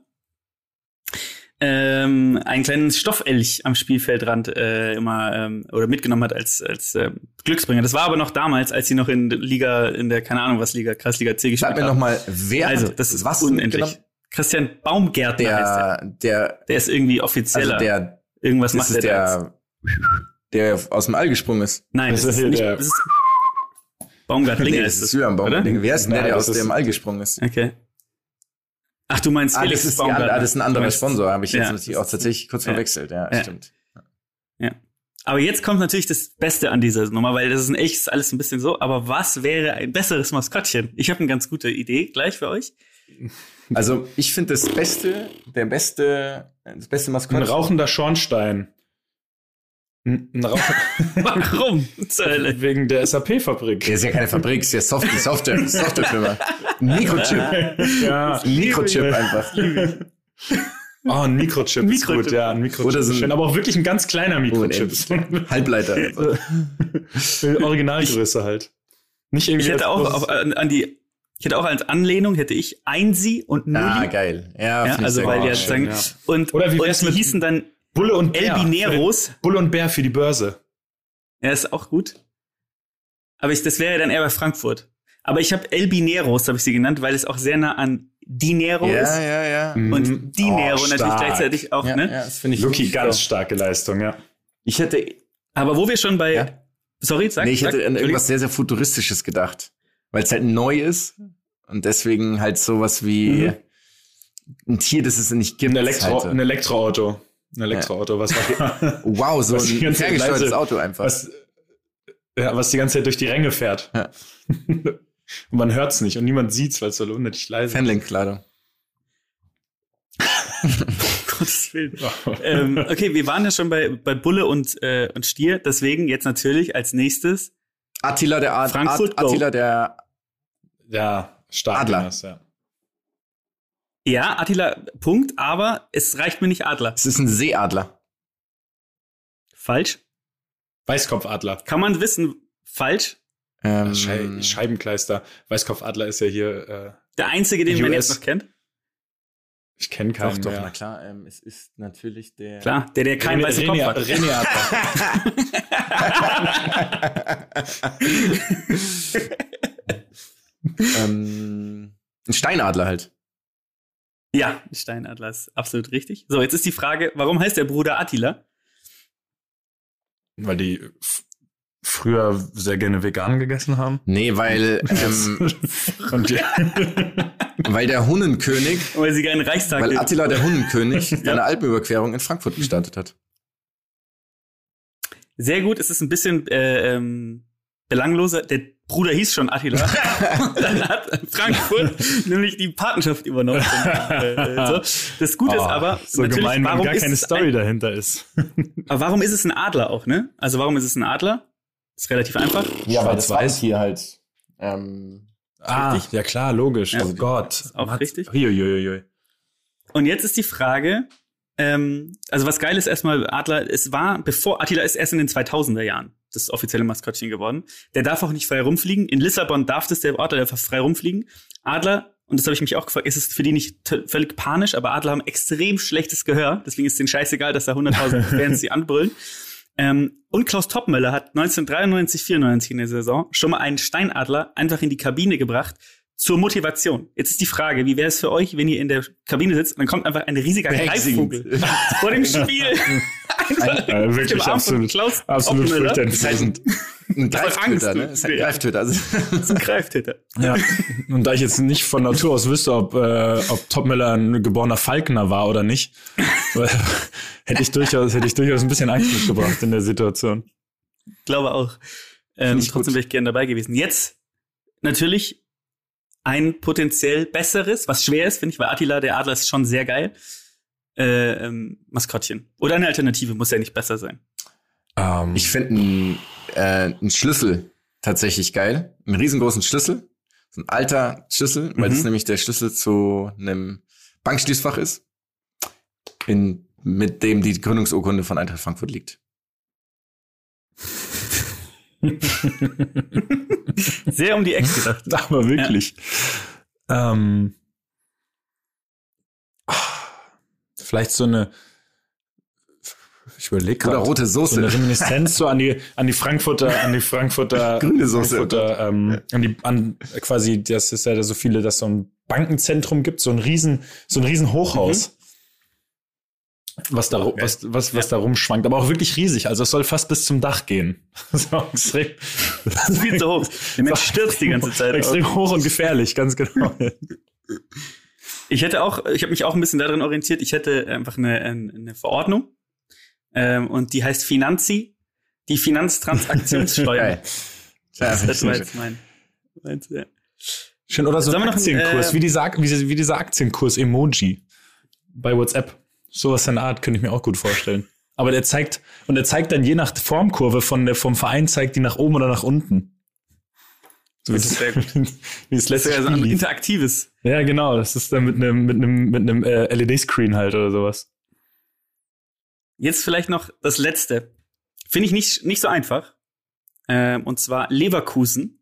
ähm, einen kleinen Stoffelch am Spielfeldrand äh, immer ähm, oder mitgenommen hat als als äh, Glücksbringer. Das war aber noch damals, als sie noch in Liga, in der, keine Ahnung was, Liga, Kreisliga C gespielt Sag mir haben. nochmal, wer Also, hat das ist was unendlich. mitgenommen? Christian Baumgärtner heißt er. Der, der, Der ist irgendwie offizieller. also der, Irgendwas das macht ist er der, der aus dem All gesprungen ist. Nein, das, Das ist ist nicht, der- das ist Baumgartlinger Nee, ist das es. ist Julian oder? Baumgartlinger. Wer ist denn der, Nein, der das aus ist- dem All gesprungen ist? Okay. Ach, du meinst Ah, Felix das ist, die, an- Baumgartner. ah, das ist ein Du anderer meinst- Sponsor, habe ich jetzt Ja, natürlich das auch tatsächlich kurz ja. verwechselt. Ja, Ja. stimmt. Ja. Aber jetzt kommt natürlich das Beste an dieser Nummer, weil das ist ein echtes alles ein bisschen so. Aber was wäre ein besseres Maskottchen? Ich habe eine ganz gute Idee gleich für euch. Also, ich finde das Beste, der beste, das beste Ein Maskottchen. rauchender Schornstein. Ein, ein Rauch Warum? Zur Hölle? wegen der S A P-Fabrik. Der ist ja keine Fabrik, ist ja Soft Software, Softwarefirma. Ein Mikrochip. Ja. Ein Mikrochip einfach. Oh, ein Mikrochip, ist Mikrochip. gut, ja, ein Mikrochip. Oder so ist ein- schön, aber auch wirklich ein ganz kleiner Mikrochip. Halbleiter. Originalgröße halt. Nicht irgendwie Ich hätte als auch großes- auf, an, an die, ich hätte auch als Anlehnung hätte ich Einsi und Nulli. Ah, geil. Ja, ja, find ich also sehr weil gut. ja schön, sagen, ja. und, Oder wie und wär's die mit- hießen dann Bulle und Bär. Elbineros. Bulle und Bär für die Börse. Ja, ist auch gut. Aber ich, das wäre ja dann eher bei Frankfurt. Aber ich habe Elbineros, habe ich sie genannt, weil es auch sehr nah an Dinero Ja, ist. ja, ja. Und Mhm. Dinero Oh, natürlich stark. gleichzeitig auch, ja, ne? ja, das finde ich Luki, wirklich ganz so. starke Leistung, ja. Ich hätte, Aber wo wir schon bei, Ja. sorry, sag, nee, ich sag, hätte an Entschuldigung. irgendwas sehr, sehr Futuristisches gedacht. Weil es halt neu ist und deswegen halt sowas wie Mhm. ein Tier, das es nicht gibt. Ein, Elektro, halt. ein Elektroauto. Ein Elektroauto, was war Wow, so Was die ein ganze Zeit ferngesteuertes leise- Auto einfach. was, ja, was die ganze Zeit durch die Ränge fährt. Ja. Und man hört's nicht und niemand sieht's, weil es so unnötig leise ist. Fanlenkkleidung. Gottes Willen. ähm, okay, wir waren ja schon bei, bei Bulle und, äh, und Stier, deswegen jetzt natürlich als nächstes Attila der Ad Frankfurt Ad Go. Attila der Ja, stark. Adler. Jonas, ja. Ja, Attila, Punkt, aber es reicht mir nicht Adler. Es ist ein Seeadler. Falsch. Weißkopfadler. Kann man wissen, falsch. Ähm, Schei Scheibenkleister. Weißkopfadler ist ja hier, äh, Der einzige, den U man S. jetzt noch kennt. ich kenne doch, keinen doch, mehr. na klar. Ähm, es ist natürlich der. Klar, der, der keinen René, weißen Kopf René, hat. René Adler. ähm, ein Steinadler halt. Ja, Steinadler ist absolut richtig. So, jetzt ist die Frage, warum heißt der Bruder Attila? Weil die f- früher sehr gerne vegan gegessen haben. Nee, weil, ähm, Und die, weil der Hunnenkönig, Weil sie gerne Reichstag weil Attila der Hunnenkönig Ja. seine Alpenüberquerung in Frankfurt gestartet hat. Sehr gut, es ist ein bisschen äh, ähm, belangloser. Der Bruder hieß schon Attila. Dann hat Frankfurt nämlich die Patenschaft übernommen. äh, so. Das Gute ist Oh, aber, so natürlich, gemein, wenn warum gar ist keine es Story ein, dahinter ist. aber warum ist es ein Adler auch, ne? Also warum ist es ein Adler? Ist relativ einfach. Ja, weil das Schwarz-Weiß. hier halt, ähm, Ah, richtig? ja klar, logisch. Ja. Oh Gott. Ist auch Hat- richtig. Huiuiuiui. Und jetzt ist die Frage, ähm, also was geil ist erstmal, Adler, es war, bevor, Attila ist erst in den zweitausender Jahren das offizielle Maskottchen geworden. Der darf auch nicht frei rumfliegen. In Lissabon darf das der Adler, der darf frei rumfliegen. Adler, und das habe ich mich auch gefragt, ist es für die nicht t- völlig panisch, aber Adler haben extrem schlechtes Gehör. Deswegen ist denen scheißegal, dass da hunderttausend Fans sie anbrüllen. Ähm, und Klaus Toppmöller hat neunzehnhundertdreiundneunzig, vierundneunzig in der Saison schon mal einen Steinadler einfach in die Kabine gebracht zur Motivation. Jetzt ist die Frage, wie wäre es für euch, wenn ihr in der Kabine sitzt und dann kommt einfach ein riesiger Greifvogel vor dem Spiel. Einfach Äh, auf wirklich dem Arm von absolut, Klaus absolut Toppmöller. furchteinflößend. ein Das ist Greiftöter, Angst, ne? Ist halt ein ja. Greiftöter. Also, Das ist ein Greiftäter. Ja. Und da ich jetzt nicht von Natur aus wüsste, ob, äh, ob Topmöller ein geborener Falkner war oder nicht, weil, hätte ich durchaus, hätte ich durchaus ein bisschen Angst mitgebracht in der Situation. Glaube auch. Ähm, ich trotzdem gut. wäre ich gerne dabei gewesen. Jetzt natürlich ein potenziell besseres, was schwer ist, finde ich, weil Attila, der Adler, ist schon sehr geil. Äh, ähm, Maskottchen. Oder eine Alternative, muss ja nicht besser sein. Ähm, ich finde einen, äh, einen Schlüssel tatsächlich geil. Einen riesengroßen Schlüssel. So ein alter Schlüssel, weil Mhm. das nämlich der Schlüssel zu einem Bankschließfach ist. In mit dem die Gründungsurkunde von Eintracht Frankfurt liegt. Sehr um die Ecke gedacht. Aber wirklich. Ja. Ähm, vielleicht so eine, ich überlege gerade. Oder rote Soße. So eine Reminiszenz so an die, an die Frankfurter, an die Frankfurter, grüne Soße. Frankfurter, ähm, an die, an quasi, das ist ja so viele, dass so ein Bankenzentrum gibt, so ein riesen, so ein riesen Hochhaus. Mhm. Was da, okay. was, was, was ja. da rumschwankt, aber auch wirklich riesig. Also es soll fast bis zum Dach gehen. So extrem. Das ist viel zu hoch. Der Mensch stürzt die ganze Zeit. Extrem hoch und gefährlich, ganz genau. Ich hätte auch, ich habe mich auch ein bisschen darin orientiert. Ich hätte einfach eine, eine Verordnung ähm, und die heißt Finanzi, die Finanztransaktionssteuer. Das, das war jetzt mein. Meinst, ja. Schön, oder so ein Aktienkurs, äh, wie, dieser, wie, wie dieser Aktienkurs-Emoji bei WhatsApp. Sowas in der Art könnte ich mir auch gut vorstellen. Aber der zeigt, und er zeigt dann je nach Formkurve von der, vom Verein, zeigt die nach oben oder nach unten. So das ist sehr gut. Wie es letztes Jahr so ein interaktives. Ja, genau. Das ist dann mit einem, mit einem, mit einem äh, L E D-Screen halt oder sowas. Jetzt vielleicht noch das Letzte. Finde ich nicht, nicht so einfach. Ähm, und zwar Leverkusen.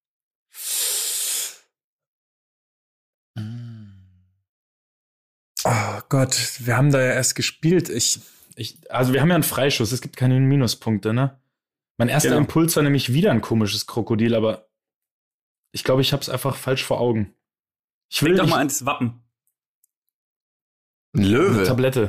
Oh Gott, wir haben da ja erst gespielt. Ich, ich, also wir haben ja einen Freischuss, es gibt keine Minuspunkte, ne? Mein erster genau. Impuls war nämlich wieder ein komisches Krokodil, aber ich glaube, ich habe es einfach falsch vor Augen. Ich will doch mal ans Wappen. Ein Löwe. Eine Tablette.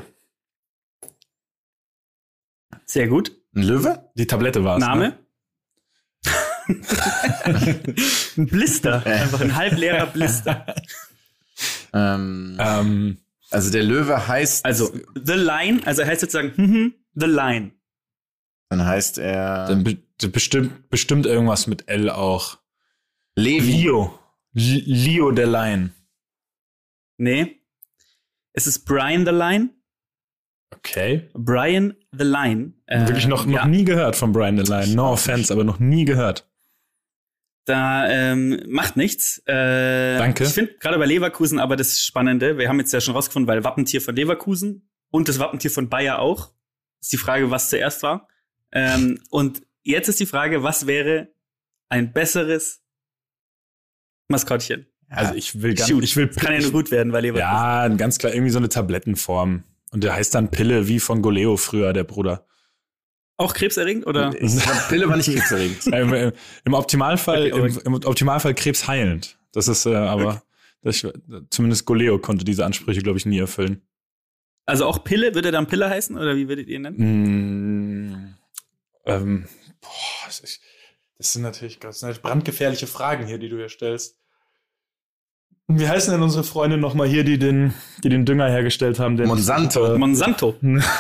Sehr gut. Ein Löwe? Die Tablette war es. Name? Ne? Ein Blister. Einfach ein halbleerer Blister. ähm... ähm Also der Löwe heißt... Also The Line, also er heißt sozusagen hm, The Line. Dann heißt er... Dann be- bestimmt, bestimmt irgendwas mit L auch. Levi. Leo. L- Leo the Line. Nee. Es ist Brian the Line. Okay. Brian the Line. Äh, Wirklich noch, noch ja. nie gehört von Brian the Line. No offense, aber noch nie gehört. Da ähm, macht nichts. Äh, Danke. Ich finde gerade bei Leverkusen aber das Spannende, wir haben jetzt ja schon rausgefunden, weil Wappentier von Leverkusen und das Wappentier von Bayer auch. Ist die Frage, was zuerst war. Ähm, und jetzt ist die Frage, was wäre ein besseres Maskottchen? Also ich will ganz, Shoot. ich will, kann ja nur gut werden, weil Leverkusen. Ja, ganz klar irgendwie so eine Tablettenform. Und der heißt dann Pille, wie von Goleo früher, der Bruder. Auch krebserregend, oder? Pille war nicht krebserregend. Im, Im Optimalfall, okay, im, im Optimalfall krebsheilend. Das ist äh, aber, okay. das, zumindest Goleo konnte diese Ansprüche, glaube ich, nie erfüllen. Also auch Pille, würde er dann Pille heißen, oder wie würdet ihr ihn nennen? Mm, ähm, boah, das, ist, das sind natürlich das sind brandgefährliche Fragen hier, die du hier stellst. Wie heißen denn unsere Freunde nochmal hier, die den, die den Dünger hergestellt haben? Den Monsanto. Äh, Monsanto.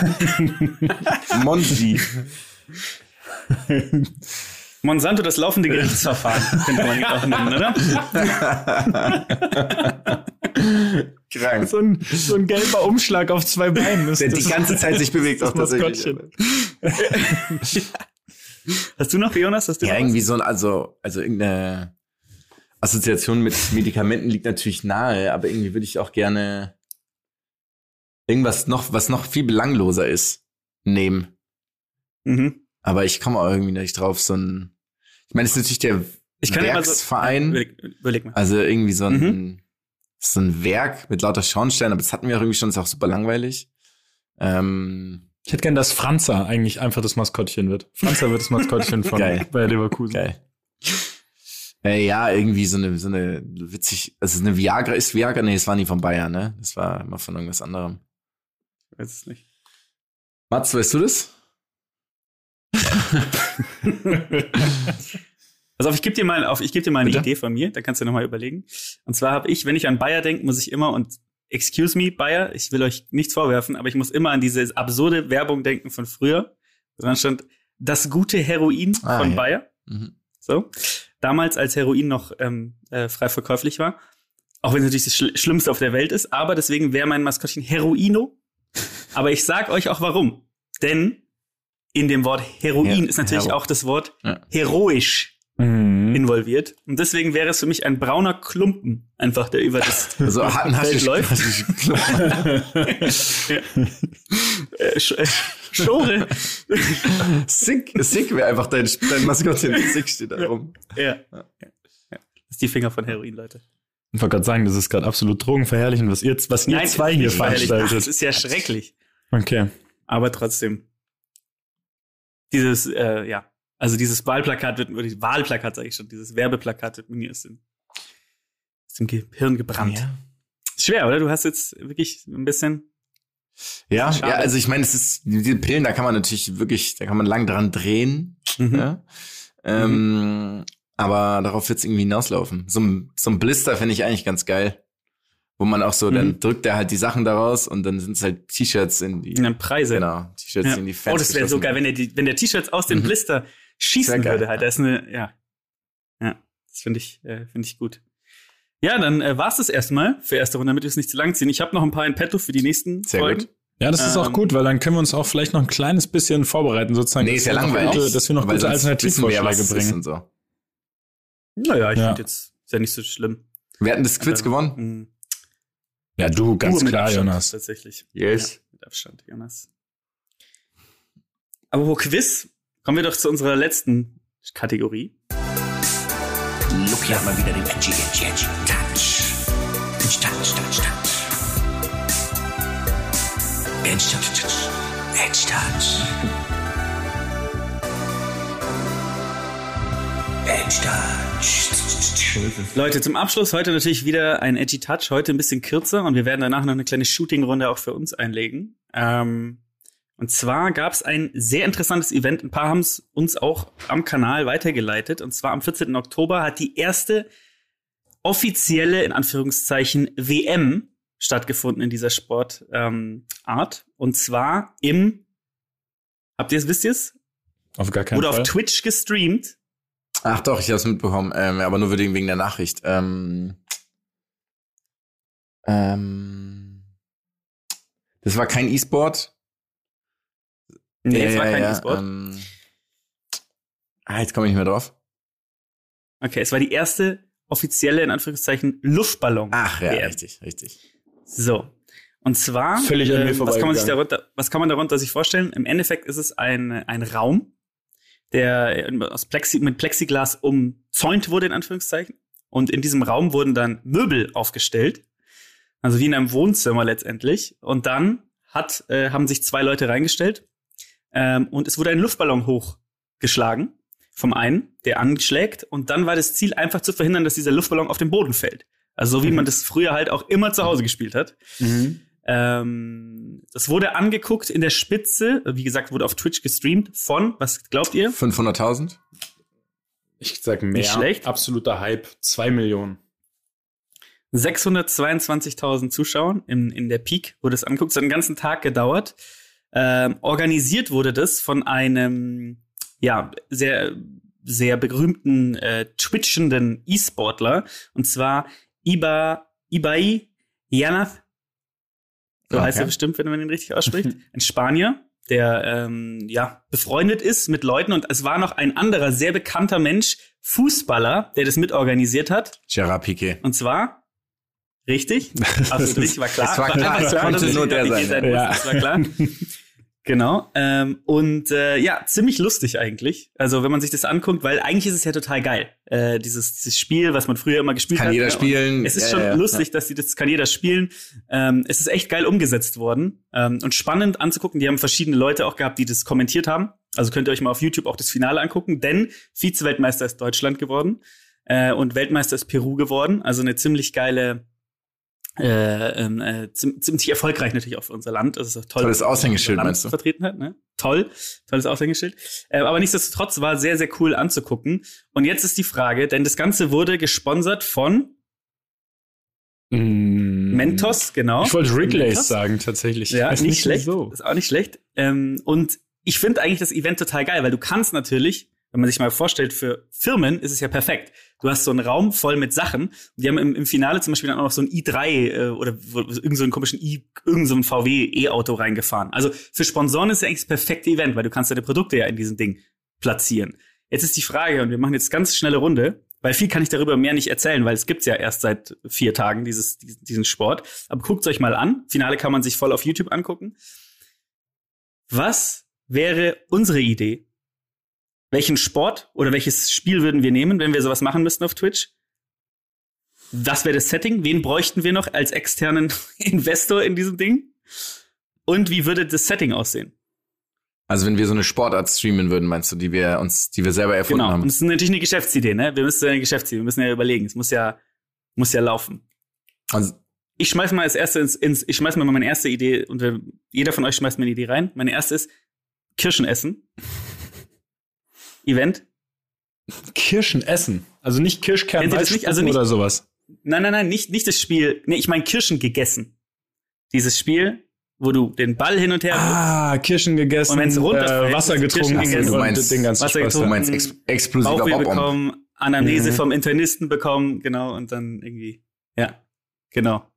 Monsi. Monsanto, das laufende Gerichtsverfahren, könnte man ihn auch nennen, oder? Krank. So ein, so ein gelber Umschlag auf zwei Beinen. Der die ganze Zeit sich bewegt. Das Maskottchen. Hast du noch, Jonas? Hast du ja, noch irgendwie was? so ein, also, also irgendeine Assoziation mit Medikamenten liegt natürlich nahe, aber irgendwie würde ich auch gerne irgendwas noch, was noch viel belangloser ist, nehmen. Mhm. Aber ich komme auch irgendwie nicht drauf, so ein, ich meine, es ist natürlich der ich kann Werksverein. Ja, überleg, überleg mal. Also irgendwie so ein, Mhm. so ein Werk mit lauter Schornsteinen, aber das hatten wir auch irgendwie schon, ist auch super langweilig. Ähm, Ich hätte gern, dass Franza eigentlich einfach das Maskottchen wird. Franza wird das Maskottchen von Geil. Bayer Leverkusen. Geil. Äh, ja, irgendwie so eine, so eine witzig, also eine Viagra, ist Viagra? Nee, das war nie von Bayern, ne? Das war immer von irgendwas anderem. Ich weiß es nicht. Mats, weißt du das? Pass auf, ich gebe dir mal auf, ich gebe dir mal eine Bitte? Idee von mir, da kannst du nochmal überlegen. Und zwar habe ich, wenn ich an Bayer denke, muss ich immer, und excuse me, Bayer, ich will euch nichts vorwerfen, aber ich muss immer an diese absurde Werbung denken von früher. Dran stand das gute Heroin Ah, von ja. Bayer. Mhm. So. Damals, als Heroin noch ähm, äh, frei verkäuflich war. Auch wenn es natürlich das Schl- Schlimmste auf der Welt ist, aber deswegen wäre mein Maskottchen Heroino. Aber ich sag euch auch warum. Denn in dem Wort Heroin Ja, ist natürlich Hero. auch das Wort Ja. heroisch. Mhm. mhm. involviert. Und deswegen wäre es für mich ein brauner Klumpen, einfach der über das also hat ein Feld läuft. ja. äh, Sch- äh, Schore. Sick, Sick wäre einfach dein, dein Maskottchen. Sick steht da rum. Ja. ja. Das ist die Finger von Heroin, Leute. Ich wollte gerade sagen, das ist gerade absolut drogenverherrlichend, was ihr, was ihr Nein, zwei hier veranstaltet. veranstaltet. Das ist ja schrecklich. Okay. Aber trotzdem. Dieses, äh, ja. Also dieses Wahlplakat wird, oder die Wahlplakat sage ich schon, dieses Werbeplakat wird mir aus dem, aus dem Gehirn gebrannt. Ja. Schwer, oder? Du hast jetzt wirklich ein bisschen. Ja, Schade. ja, also ich meine, es ist, diese Pillen, da kann man natürlich wirklich, da kann man lang dran drehen. Mhm. Ja? Ähm, aber darauf wird's irgendwie hinauslaufen. So ein, so ein Blister finde ich eigentlich ganz geil. Wo man auch so, Mhm. dann drückt er halt die Sachen daraus und dann sind es halt T-Shirts in die, In den Preise. genau, T-Shirts Ja. in die Fans. Oh, das wäre so geil, wenn der, die, wenn der T-Shirts aus dem Mhm. Blister schießen Sehr geil, würde halt. ja. Das ist eine, ja. Ja, das finde ich, äh, finde ich gut. Ja, dann äh, war's das erstmal für erste Runde, damit wir es nicht zu lang ziehen. Ich habe noch ein paar in petto für die nächsten Sehr Folgen. gut. Ja, das ist auch Ähm, gut, weil dann können wir uns auch vielleicht noch ein kleines bisschen vorbereiten, sozusagen. Nee, dass ist ja wir noch langweilig. Gute, dass wir noch weil gute sonst wissen wir ja, was Alternativvorschläge es ist bringen. und so. Naja, ich Ja. finde jetzt, ist ja nicht so schlimm. Wir hatten das Quiz Aber, gewonnen. mh, Ja, du, ganz nur mit klar, Abstand, Jonas. Tatsächlich. Yes. Ja, mit Abstand, Jonas. Aber wo Quiz, kommen wir doch zu unserer letzten Kategorie. Luki hat mal wieder den Edgy, Edgy, Edgy Touch. Touch, Touch, Touch, Touch. Edge, Touch, Touch. Edge, Touch. Edge, Touch. Leute, zum Abschluss heute natürlich wieder ein Edgy Touch, heute ein bisschen kürzer und wir werden danach noch eine kleine Shooting-Runde auch für uns einlegen. Ähm, und zwar gab es ein sehr interessantes Event, ein paar haben es uns auch am Kanal weitergeleitet, und zwar am vierzehnten Oktober hat die erste offizielle, in Anführungszeichen, W M stattgefunden in dieser Sportart, ähm, Art. Und zwar im, habt ihr es, wisst ihr es? Auf gar keinen Wurde Fall. auf Twitch gestreamt. Ach doch, ich habe es mitbekommen, ähm, aber nur wegen wegen der Nachricht. Ähm, ähm, das war kein E-Sport. Nee, Ja, es war ja, kein ja, E-Sport. Ähm, ah, jetzt komme ich nicht mehr drauf. Okay, es war die erste offizielle, in Anführungszeichen, Luftballon. Ach ja, W M. richtig, richtig. So. Und zwar, Völlig an mir ähm, was kann man sich vorbeigegangen. darunter, was kann man darunter sich vorstellen? Im Endeffekt ist es ein, ein Raum, der aus Plexi, mit Plexiglas umzäunt wurde, in Anführungszeichen. Und in diesem Raum wurden dann Möbel aufgestellt. Also wie in einem Wohnzimmer letztendlich. Und dann hat, äh, haben sich zwei Leute reingestellt. Ähm, und es wurde ein Luftballon hochgeschlagen. Vom einen, der anschlägt. Und dann war das Ziel, einfach zu verhindern, dass dieser Luftballon auf den Boden fällt. Also so wie man das früher halt auch immer zu Hause gespielt hat. Mhm. Ähm, das wurde angeguckt in der Spitze. Wie gesagt, wurde auf Twitch gestreamt von, was glaubt ihr? fünfhunderttausend? Ich sag mehr. Nicht schlecht. Absoluter Hype. Zwei Millionen. sechshundertzweiundzwanzigtausend Zuschauern in, in der Peak wurde es angeguckt. Es hat einen ganzen Tag gedauert. Ähm, organisiert wurde das von einem, ja, sehr, sehr berühmten, äh, twitchenden E-Sportler. Und zwar Iba, Ibai Yanath. So Okay. heißt er bestimmt, wenn man ihn richtig ausspricht. Ein Spanier, der ähm, ja befreundet ist mit Leuten. Und es war noch ein anderer, sehr bekannter Mensch, Fußballer, der das mitorganisiert hat. Gerard Piqué. Und zwar, richtig, absolut richtig, war klar. Es war klar, einfach es konnte dass es nur der Piqué sein, muss, ja. Das war klar. Genau. Ähm, und äh, ja, ziemlich lustig eigentlich. Also wenn man sich das anguckt, weil eigentlich ist es ja total geil. Äh, dieses, dieses Spiel, was man früher immer gespielt Kann hat. jeder ne? spielen. Und es ist Ja, schon ja, ja. lustig, dass die das kann jeder spielen. Ähm, es ist echt geil umgesetzt worden ähm, und spannend anzugucken. Die haben verschiedene Leute auch gehabt, die das kommentiert haben. Also könnt ihr euch mal auf YouTube auch das Finale angucken, denn Vize-Weltmeister ist Deutschland geworden äh, und Weltmeister ist Peru geworden. Also eine ziemlich geile Äh, ähm, äh, ziem- ziemlich erfolgreich natürlich auch für unser Land. Das ist auch toll. Tolles dass unser Aushängeschild, Land meinst du? Vertreten hat, ne? Toll, tolles Aushängeschild. Äh, aber nichtsdestotrotz war sehr, sehr cool anzugucken. Und jetzt ist die Frage, denn das Ganze wurde gesponsert von Mm. Mentos, genau. Ich wollte Wrigley's Mentos. sagen, tatsächlich. Ja, Ich weiß nicht schlecht. wieso. Ist auch nicht schlecht. Ähm, und ich finde eigentlich das Event total geil, weil du kannst natürlich, wenn man sich mal vorstellt, für Firmen ist es ja perfekt. Du hast so einen Raum voll mit Sachen. Die haben im, im Finale zum Beispiel dann auch noch so ein i drei äh, oder wo- irgend so einen komischen i, irgend so ein V W E-Auto reingefahren. Also für Sponsoren ist es ja eigentlich das perfekte Event, weil du kannst deine Produkte ja in diesem Ding platzieren. Jetzt ist die Frage, und wir machen jetzt ganz schnelle Runde, weil viel kann ich darüber mehr nicht erzählen, weil es gibt's ja erst seit vier Tagen, dieses, diesen Sport. Aber guckt's euch mal an. Finale kann man sich voll auf YouTube angucken. Was wäre unsere Idee? Welchen Sport oder welches Spiel würden wir nehmen, wenn wir sowas machen müssten auf Twitch? Was wäre das Setting? Wen bräuchten wir noch als externen Investor in diesem Ding? Und wie würde das Setting aussehen? Also wenn wir so eine Sportart streamen würden, meinst du, die wir uns, die wir selber erfunden genau. haben? Und es ist natürlich eine Geschäftsidee, ne? Wir müssen eine Geschäftsidee, wir müssen ja überlegen. Es muss ja, muss ja laufen. Also ich schmeiß mal als erste ins, ins ich schmeiß mal meine erste Idee und wir, jeder von euch schmeißt mir eine Idee rein. Meine erste ist Kirschen essen. Event. Kirschen essen. Also nicht Kirschkern Kennt ihr das nicht? Also nicht, oder sowas. Nein, nein, nein, nicht, nicht das Spiel. Nee, ich meine Kirschen gegessen. Dieses Spiel, wo du den Ball hin und her Ah, Kirschen gegessen, und wenn's runterfällt, äh, Wasser getrunken gegessen, du meinst, und den ganzen Wasser Spaß. getrunken, du meinst ex explosiver Bauchweh Bob-Omb. bekommen, Anamnese Mhm. vom Internisten bekommen, genau, und dann irgendwie, ja, genau.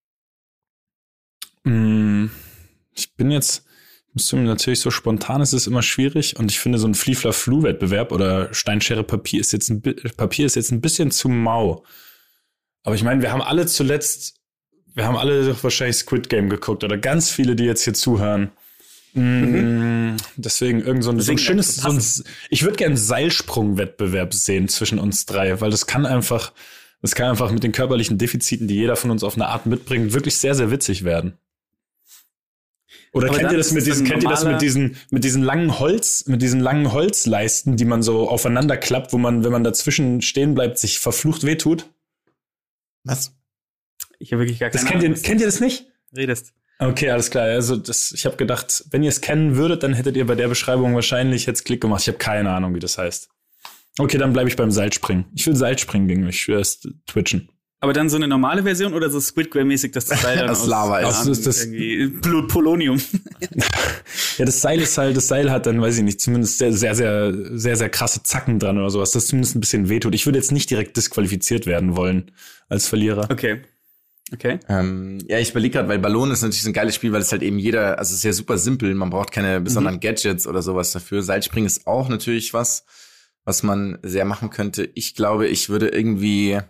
Mm, Ich bin jetzt, musst du mir natürlich so spontan, ist es immer schwierig und ich finde so ein Fliefler-Flu-Wettbewerb oder Steinschere Papier ist jetzt ein bi- Papier ist jetzt ein bisschen zu mau. Aber ich meine, wir haben alle zuletzt, wir haben alle doch wahrscheinlich Squid Game geguckt oder ganz viele, die jetzt hier zuhören. Mhm. Deswegen irgend so ein, so ein Deswegen schönes, so ein, passend. ich würde gerne einen Seilsprung-Wettbewerb sehen zwischen uns drei, weil das kann einfach, das kann einfach mit den körperlichen Defiziten, die jeder von uns auf eine Art mitbringt, wirklich sehr, sehr witzig werden. Oder Aber kennt dann ihr das ist mit es diesen, ein kennt ihr das mit normaler- diesen, mit diesen langen Holz, mit diesen langen Holzleisten, die man so aufeinander klappt, wo man, wenn man dazwischen stehen bleibt, sich verflucht wehtut? Was? Ich habe wirklich gar Das keine kennt ihr, Ahnung, was kennt ihr das nicht? du redest. Okay, alles klar. Also das, ich habe gedacht, wenn ihr es kennen würdet, dann hättet ihr bei der Beschreibung wahrscheinlich jetzt Klick gemacht. Ich habe keine Ahnung, wie das heißt. Okay, dann bleibe ich beim Seilspringen. Ich will Seilspringen gegen mich, ich will erst twitchen. Aber dann so eine normale Version oder so Squid Game-mäßig, dass das Seil dann Das aus, Lava ist. aus Das ist das- irgendwie Pol- Polonium. Ja, das Seil ist halt, das Seil hat dann, weiß ich nicht, zumindest sehr, sehr, sehr, sehr, sehr krasse Zacken dran oder sowas, das zumindest ein bisschen wehtut. Ich würde jetzt nicht direkt disqualifiziert werden wollen als Verlierer. Okay. Okay. Ähm, ja, ich überlege gerade, weil Ballon ist natürlich so ein geiles Spiel, weil es halt eben jeder, also es ist ja super simpel, man braucht keine besonderen Mhm. Gadgets oder sowas dafür. Seilspringen ist auch natürlich was, was man sehr machen könnte. Ich glaube, ich würde irgendwie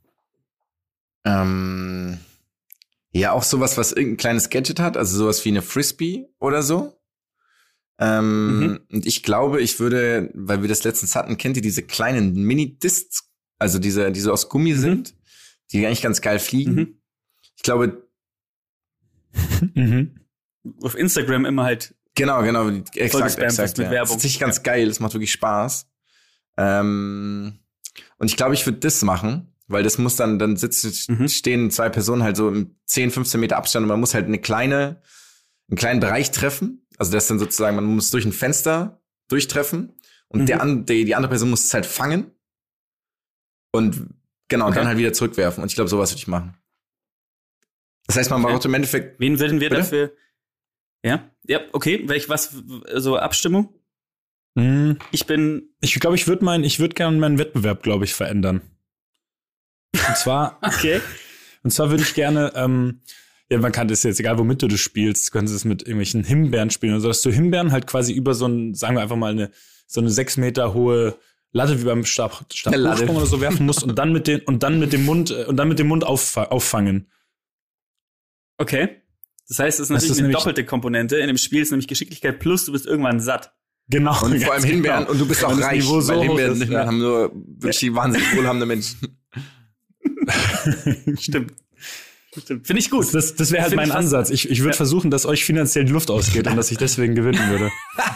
ähm, ja auch sowas, was irgendein kleines Gadget hat, also sowas wie eine Frisbee oder so. Ähm, Mhm. Und ich glaube, ich würde, weil wir das letztens hatten, kennt ihr diese kleinen Mini-Discs, also diese, die so aus Gummi Mhm. sind, die eigentlich ganz geil fliegen. Mhm. Ich glaube, Mhm. Auf Instagram immer halt. genau, genau, exakt, Vollgespammt exakt. ist mit Ja. Werbung. Das ist richtig ganz geil, das macht wirklich Spaß. Ähm, und ich glaube, ich würde das machen, weil das muss dann, dann sitzen, Mhm. stehen zwei Personen halt so im zehn, fünfzehn Meter Abstand und man muss halt eine kleine, einen kleinen Bereich treffen. Also das ist dann sozusagen, man muss durch ein Fenster durchtreffen und Mhm. der, an- die, die andere Person muss es halt fangen und genau, und Okay. dann halt wieder zurückwerfen. Und ich glaube, sowas würde ich machen. Das heißt, man Okay. braucht im Endeffekt, Wen würden wir Bitte? dafür? Ja, ja, okay. Welch was? So Abstimmung? Mhm. Ich bin. Ich glaube, ich würde meinen, ich würde gerne meinen Wettbewerb, glaube ich, verändern. Und zwar, Okay. und zwar würde ich gerne, ähm, ja, man kann das jetzt, egal womit du das spielst, du kannst es mit irgendwelchen Himbeeren spielen, also dass du Himbeeren halt quasi über so ein, sagen wir einfach mal eine, so eine sechs Meter hohe Latte wie beim Stab, Stabhochsprung oder so werfen musst und dann mit den, und dann mit dem Mund, äh, und dann mit dem Mund auffa- auffangen. Okay. Das heißt, es ist Das natürlich ist eine nämlich- doppelte Komponente. In dem Spiel ist nämlich Geschicklichkeit plus, du bist irgendwann satt. Genau. und vor allem ganz Himbeeren, genau. und du bist auch Wenn das reich, Niveau so weil hoch Himbeeren, ist, Himbeeren ja. haben nur wirklich wahnsinnig wohlhabende Menschen. Stimmt. Stimmt. Finde ich gut. Das, das wäre halt Find mein ich fast- Ansatz. Ich, ich würde Ja. versuchen, dass euch finanziell die Luft ausgeht und dass ich deswegen gewinnen würde.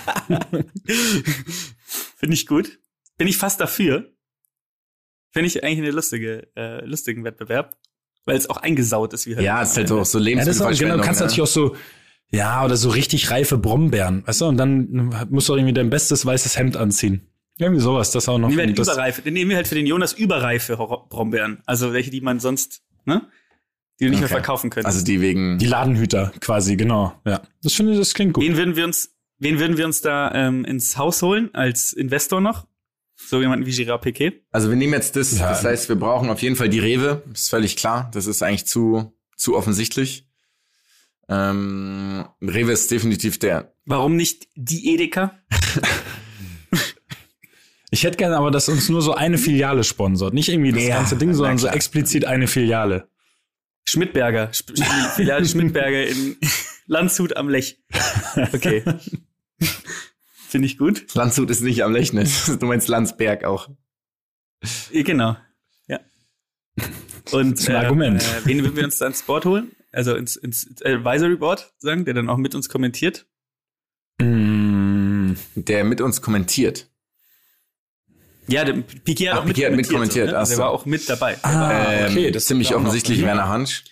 Finde ich gut. Bin ich fast dafür. Finde ich eigentlich eine lustige, äh, lustigen Wettbewerb. Weil es auch eingesaut ist, wie halt. Ja, es ist halt so, auch so Ja, das ist auch, genau, Lebensmittelverschwendung. du kannst ne? natürlich auch so, ja, oder so richtig reife Brombeeren, weißt du, und dann musst du auch irgendwie dein bestes weißes Hemd anziehen. Irgendwie sowas, das auch noch. Nehmen wir halt das, überreife. Den nehmen wir halt für den Jonas überreife Hor- Brombeeren. Also welche, die man sonst, ne? Die du nicht Okay. mehr verkaufen könntest. Also die wegen, die Ladenhüter quasi, genau. Ja, das finde ich, das klingt gut. Wen würden wir uns, wen würden wir uns da ähm, ins Haus holen als Investor noch? So jemanden wie Gérard Piquet? also wir nehmen jetzt das, Ja. das heißt, wir brauchen auf jeden Fall die Rewe, ist völlig klar, das ist eigentlich zu, zu offensichtlich. Ähm, Rewe ist definitiv der. Warum nicht die Edeka? Ich hätte gerne aber, dass uns nur so eine Filiale sponsort. Nicht irgendwie das Ja, ganze Ding, sondern so klar. explizit eine Filiale. Schmidberger. Sp- Filiale Schmidberger in Landshut am Lech. Okay. Finde ich gut. Landshut ist nicht am Lechnis. Du meinst Landsberg auch. Ja, genau. Ja. Und Das ist ein Argument. Äh, wen würden wir uns da ins Board holen? Also ins, ins Advisory Board sagen, der dann auch mit uns kommentiert? Mm, Der mit uns kommentiert. Ja, der Piquet hat Ach, auch mit Piquet hat kommentiert. mitkommentiert, So, ne? ach Also so. der war auch mit dabei. Der Ah, war, Ähm, okay, das ziemlich ist auch noch- offensichtlich Werner Hansch.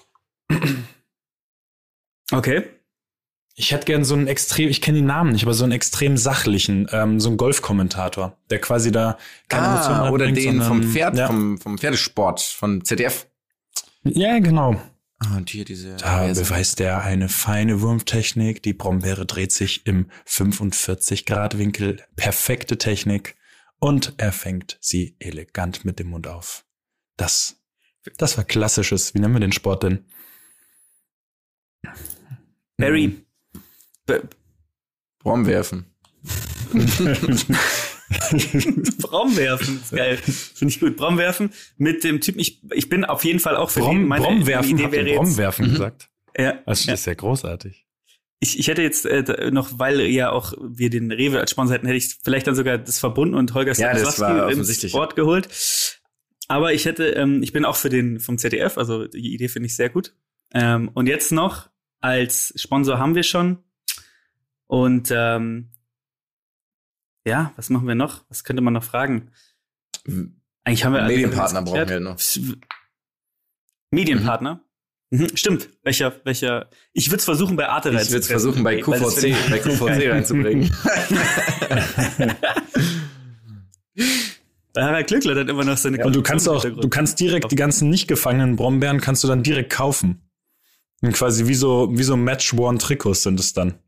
okay. ich hätte gern so einen extrem, ich kenne den Namen nicht, aber so einen extrem sachlichen, ähm, so einen Golfkommentator, der quasi da keine Emotionen Ah, oder reinbringt, den vom sondern- Pferd, Ja, vom, vom Pferdesport, von Z D F. ja genau. Ah, und hier diese. Da wer ist- beweist er eine feine Wurmtechnik. Die Brombeere dreht sich im fünfundvierzig Grad Winkel. Perfekte Technik. Und er fängt sie elegant mit dem Mund auf. Das, das war klassisches. Wie nennen wir den Sport denn? Barry. B- Bromwerfen. Bromwerfen, ist geil. Finde ich gut. Bromwerfen mit dem Typen. Ich, ich bin auf jeden Fall auch für den. Brom, Meine Bromwerfen, Idee habt wäre ihr jetzt, Bromwerfen gesagt? ja, Das ja. ist ja großartig. Ich, ich hätte jetzt äh, noch, weil ja auch wir den Rewe als Sponsor hätten, hätte ich vielleicht dann sogar das verbunden und Holger Ja, das war Stanislavski ins offensichtlich. Board geholt. Aber ich hätte, ähm, ich bin auch für den vom Z D F, also die Idee finde ich sehr gut. Ähm, und jetzt noch als Sponsor haben wir schon. Und ähm, ja, was machen wir noch? Was könnte man noch fragen? Eigentlich haben wir alles Medienpartner alles brauchen geklärt. wir noch. Medienpartner? Mhm. Stimmt. Welcher, welcher? Ich würde es versuchen bei Arte Ich würde es reinzupressen. versuchen bei Weil das Q V C, finde ich- bei Q V C reinzubringen. Bei Harald Glückler dann immer noch seine Und du kannst auch, Hintergrund. du kannst direkt die ganzen nicht gefangenen Brombeeren kannst du dann direkt kaufen. Und quasi wie so, wie so Match-Worn-Trikots sind es dann.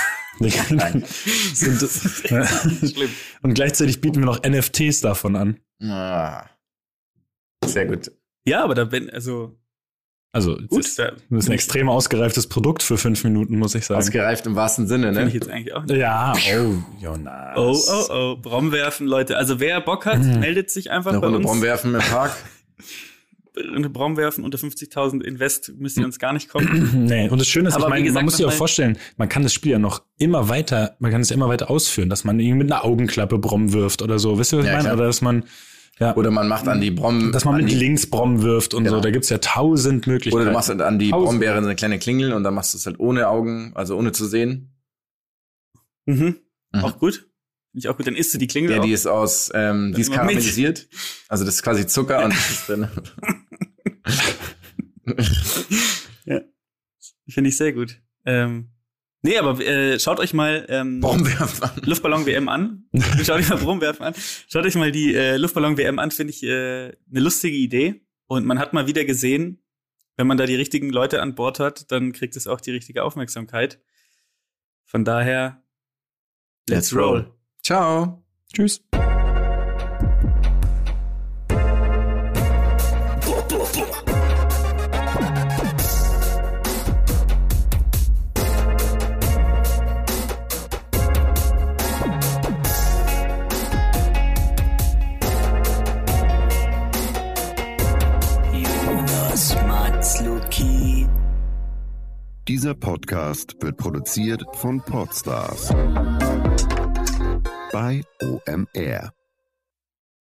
sind es, Schlimm. und gleichzeitig bieten wir noch N F Ts davon an. Ah. Sehr gut. Ja, aber da bin, also, Also, gut, das ist, da das ist ein extrem ausgereiftes Produkt für fünf Minuten, muss ich sagen. Ausgereift im wahrsten Sinne, finde ich ne? jetzt eigentlich auch nicht. Ja, oh, Jonas. Oh, oh, oh, Bromwerfen, Leute. Also, wer Bock hat, Mhm. meldet sich einfach Eine bei Runde uns. Bromwerfen im Park. Eine Bromwerfen unter fünfzigtausend Invest müsst ihr uns gar nicht kommen. Nee, und das Schöne ist, Aber ich wie meine, gesagt, man muss sich auch nochmal- vorstellen, man kann das Spiel ja noch immer weiter, man kann es immer weiter ausführen, dass man irgendwie mit einer Augenklappe Brom wirft oder so. Wisst ihr, was ich Ja, meine? klar. Oder dass man, ja, Oder man macht an die Brom. dass man an mit die, links Brom wirft und Genau. so. Da gibt's ja tausend Möglichkeiten. Oder du machst halt an die Tausend. Brombeere eine kleine Klingel und dann machst du es halt ohne Augen, also ohne zu sehen. Mhm. Mhm. Auch gut. Finde ich auch gut. Dann isst du die Klingel Ja, auch. die ist aus, ähm, die ist immer mit. karamellisiert. Also das ist quasi Zucker und das ist drin. Ja. Finde ich sehr gut. Ähm, nee, aber äh, schaut euch mal ähm, Bromwerfen an. Luftballon-W M an. Schaut euch mal Bromwerfen an. Schaut euch mal die äh, Luftballon-W M an, finde ich äh, eine lustige Idee. Und man hat mal wieder gesehen, wenn man da die richtigen Leute an Bord hat, dann kriegt es auch die richtige Aufmerksamkeit. Von daher, let's, Let's roll. roll. Ciao. Tschüss. Jonas Matzluki. Dieser Podcast wird produziert von Podstars bei O M R.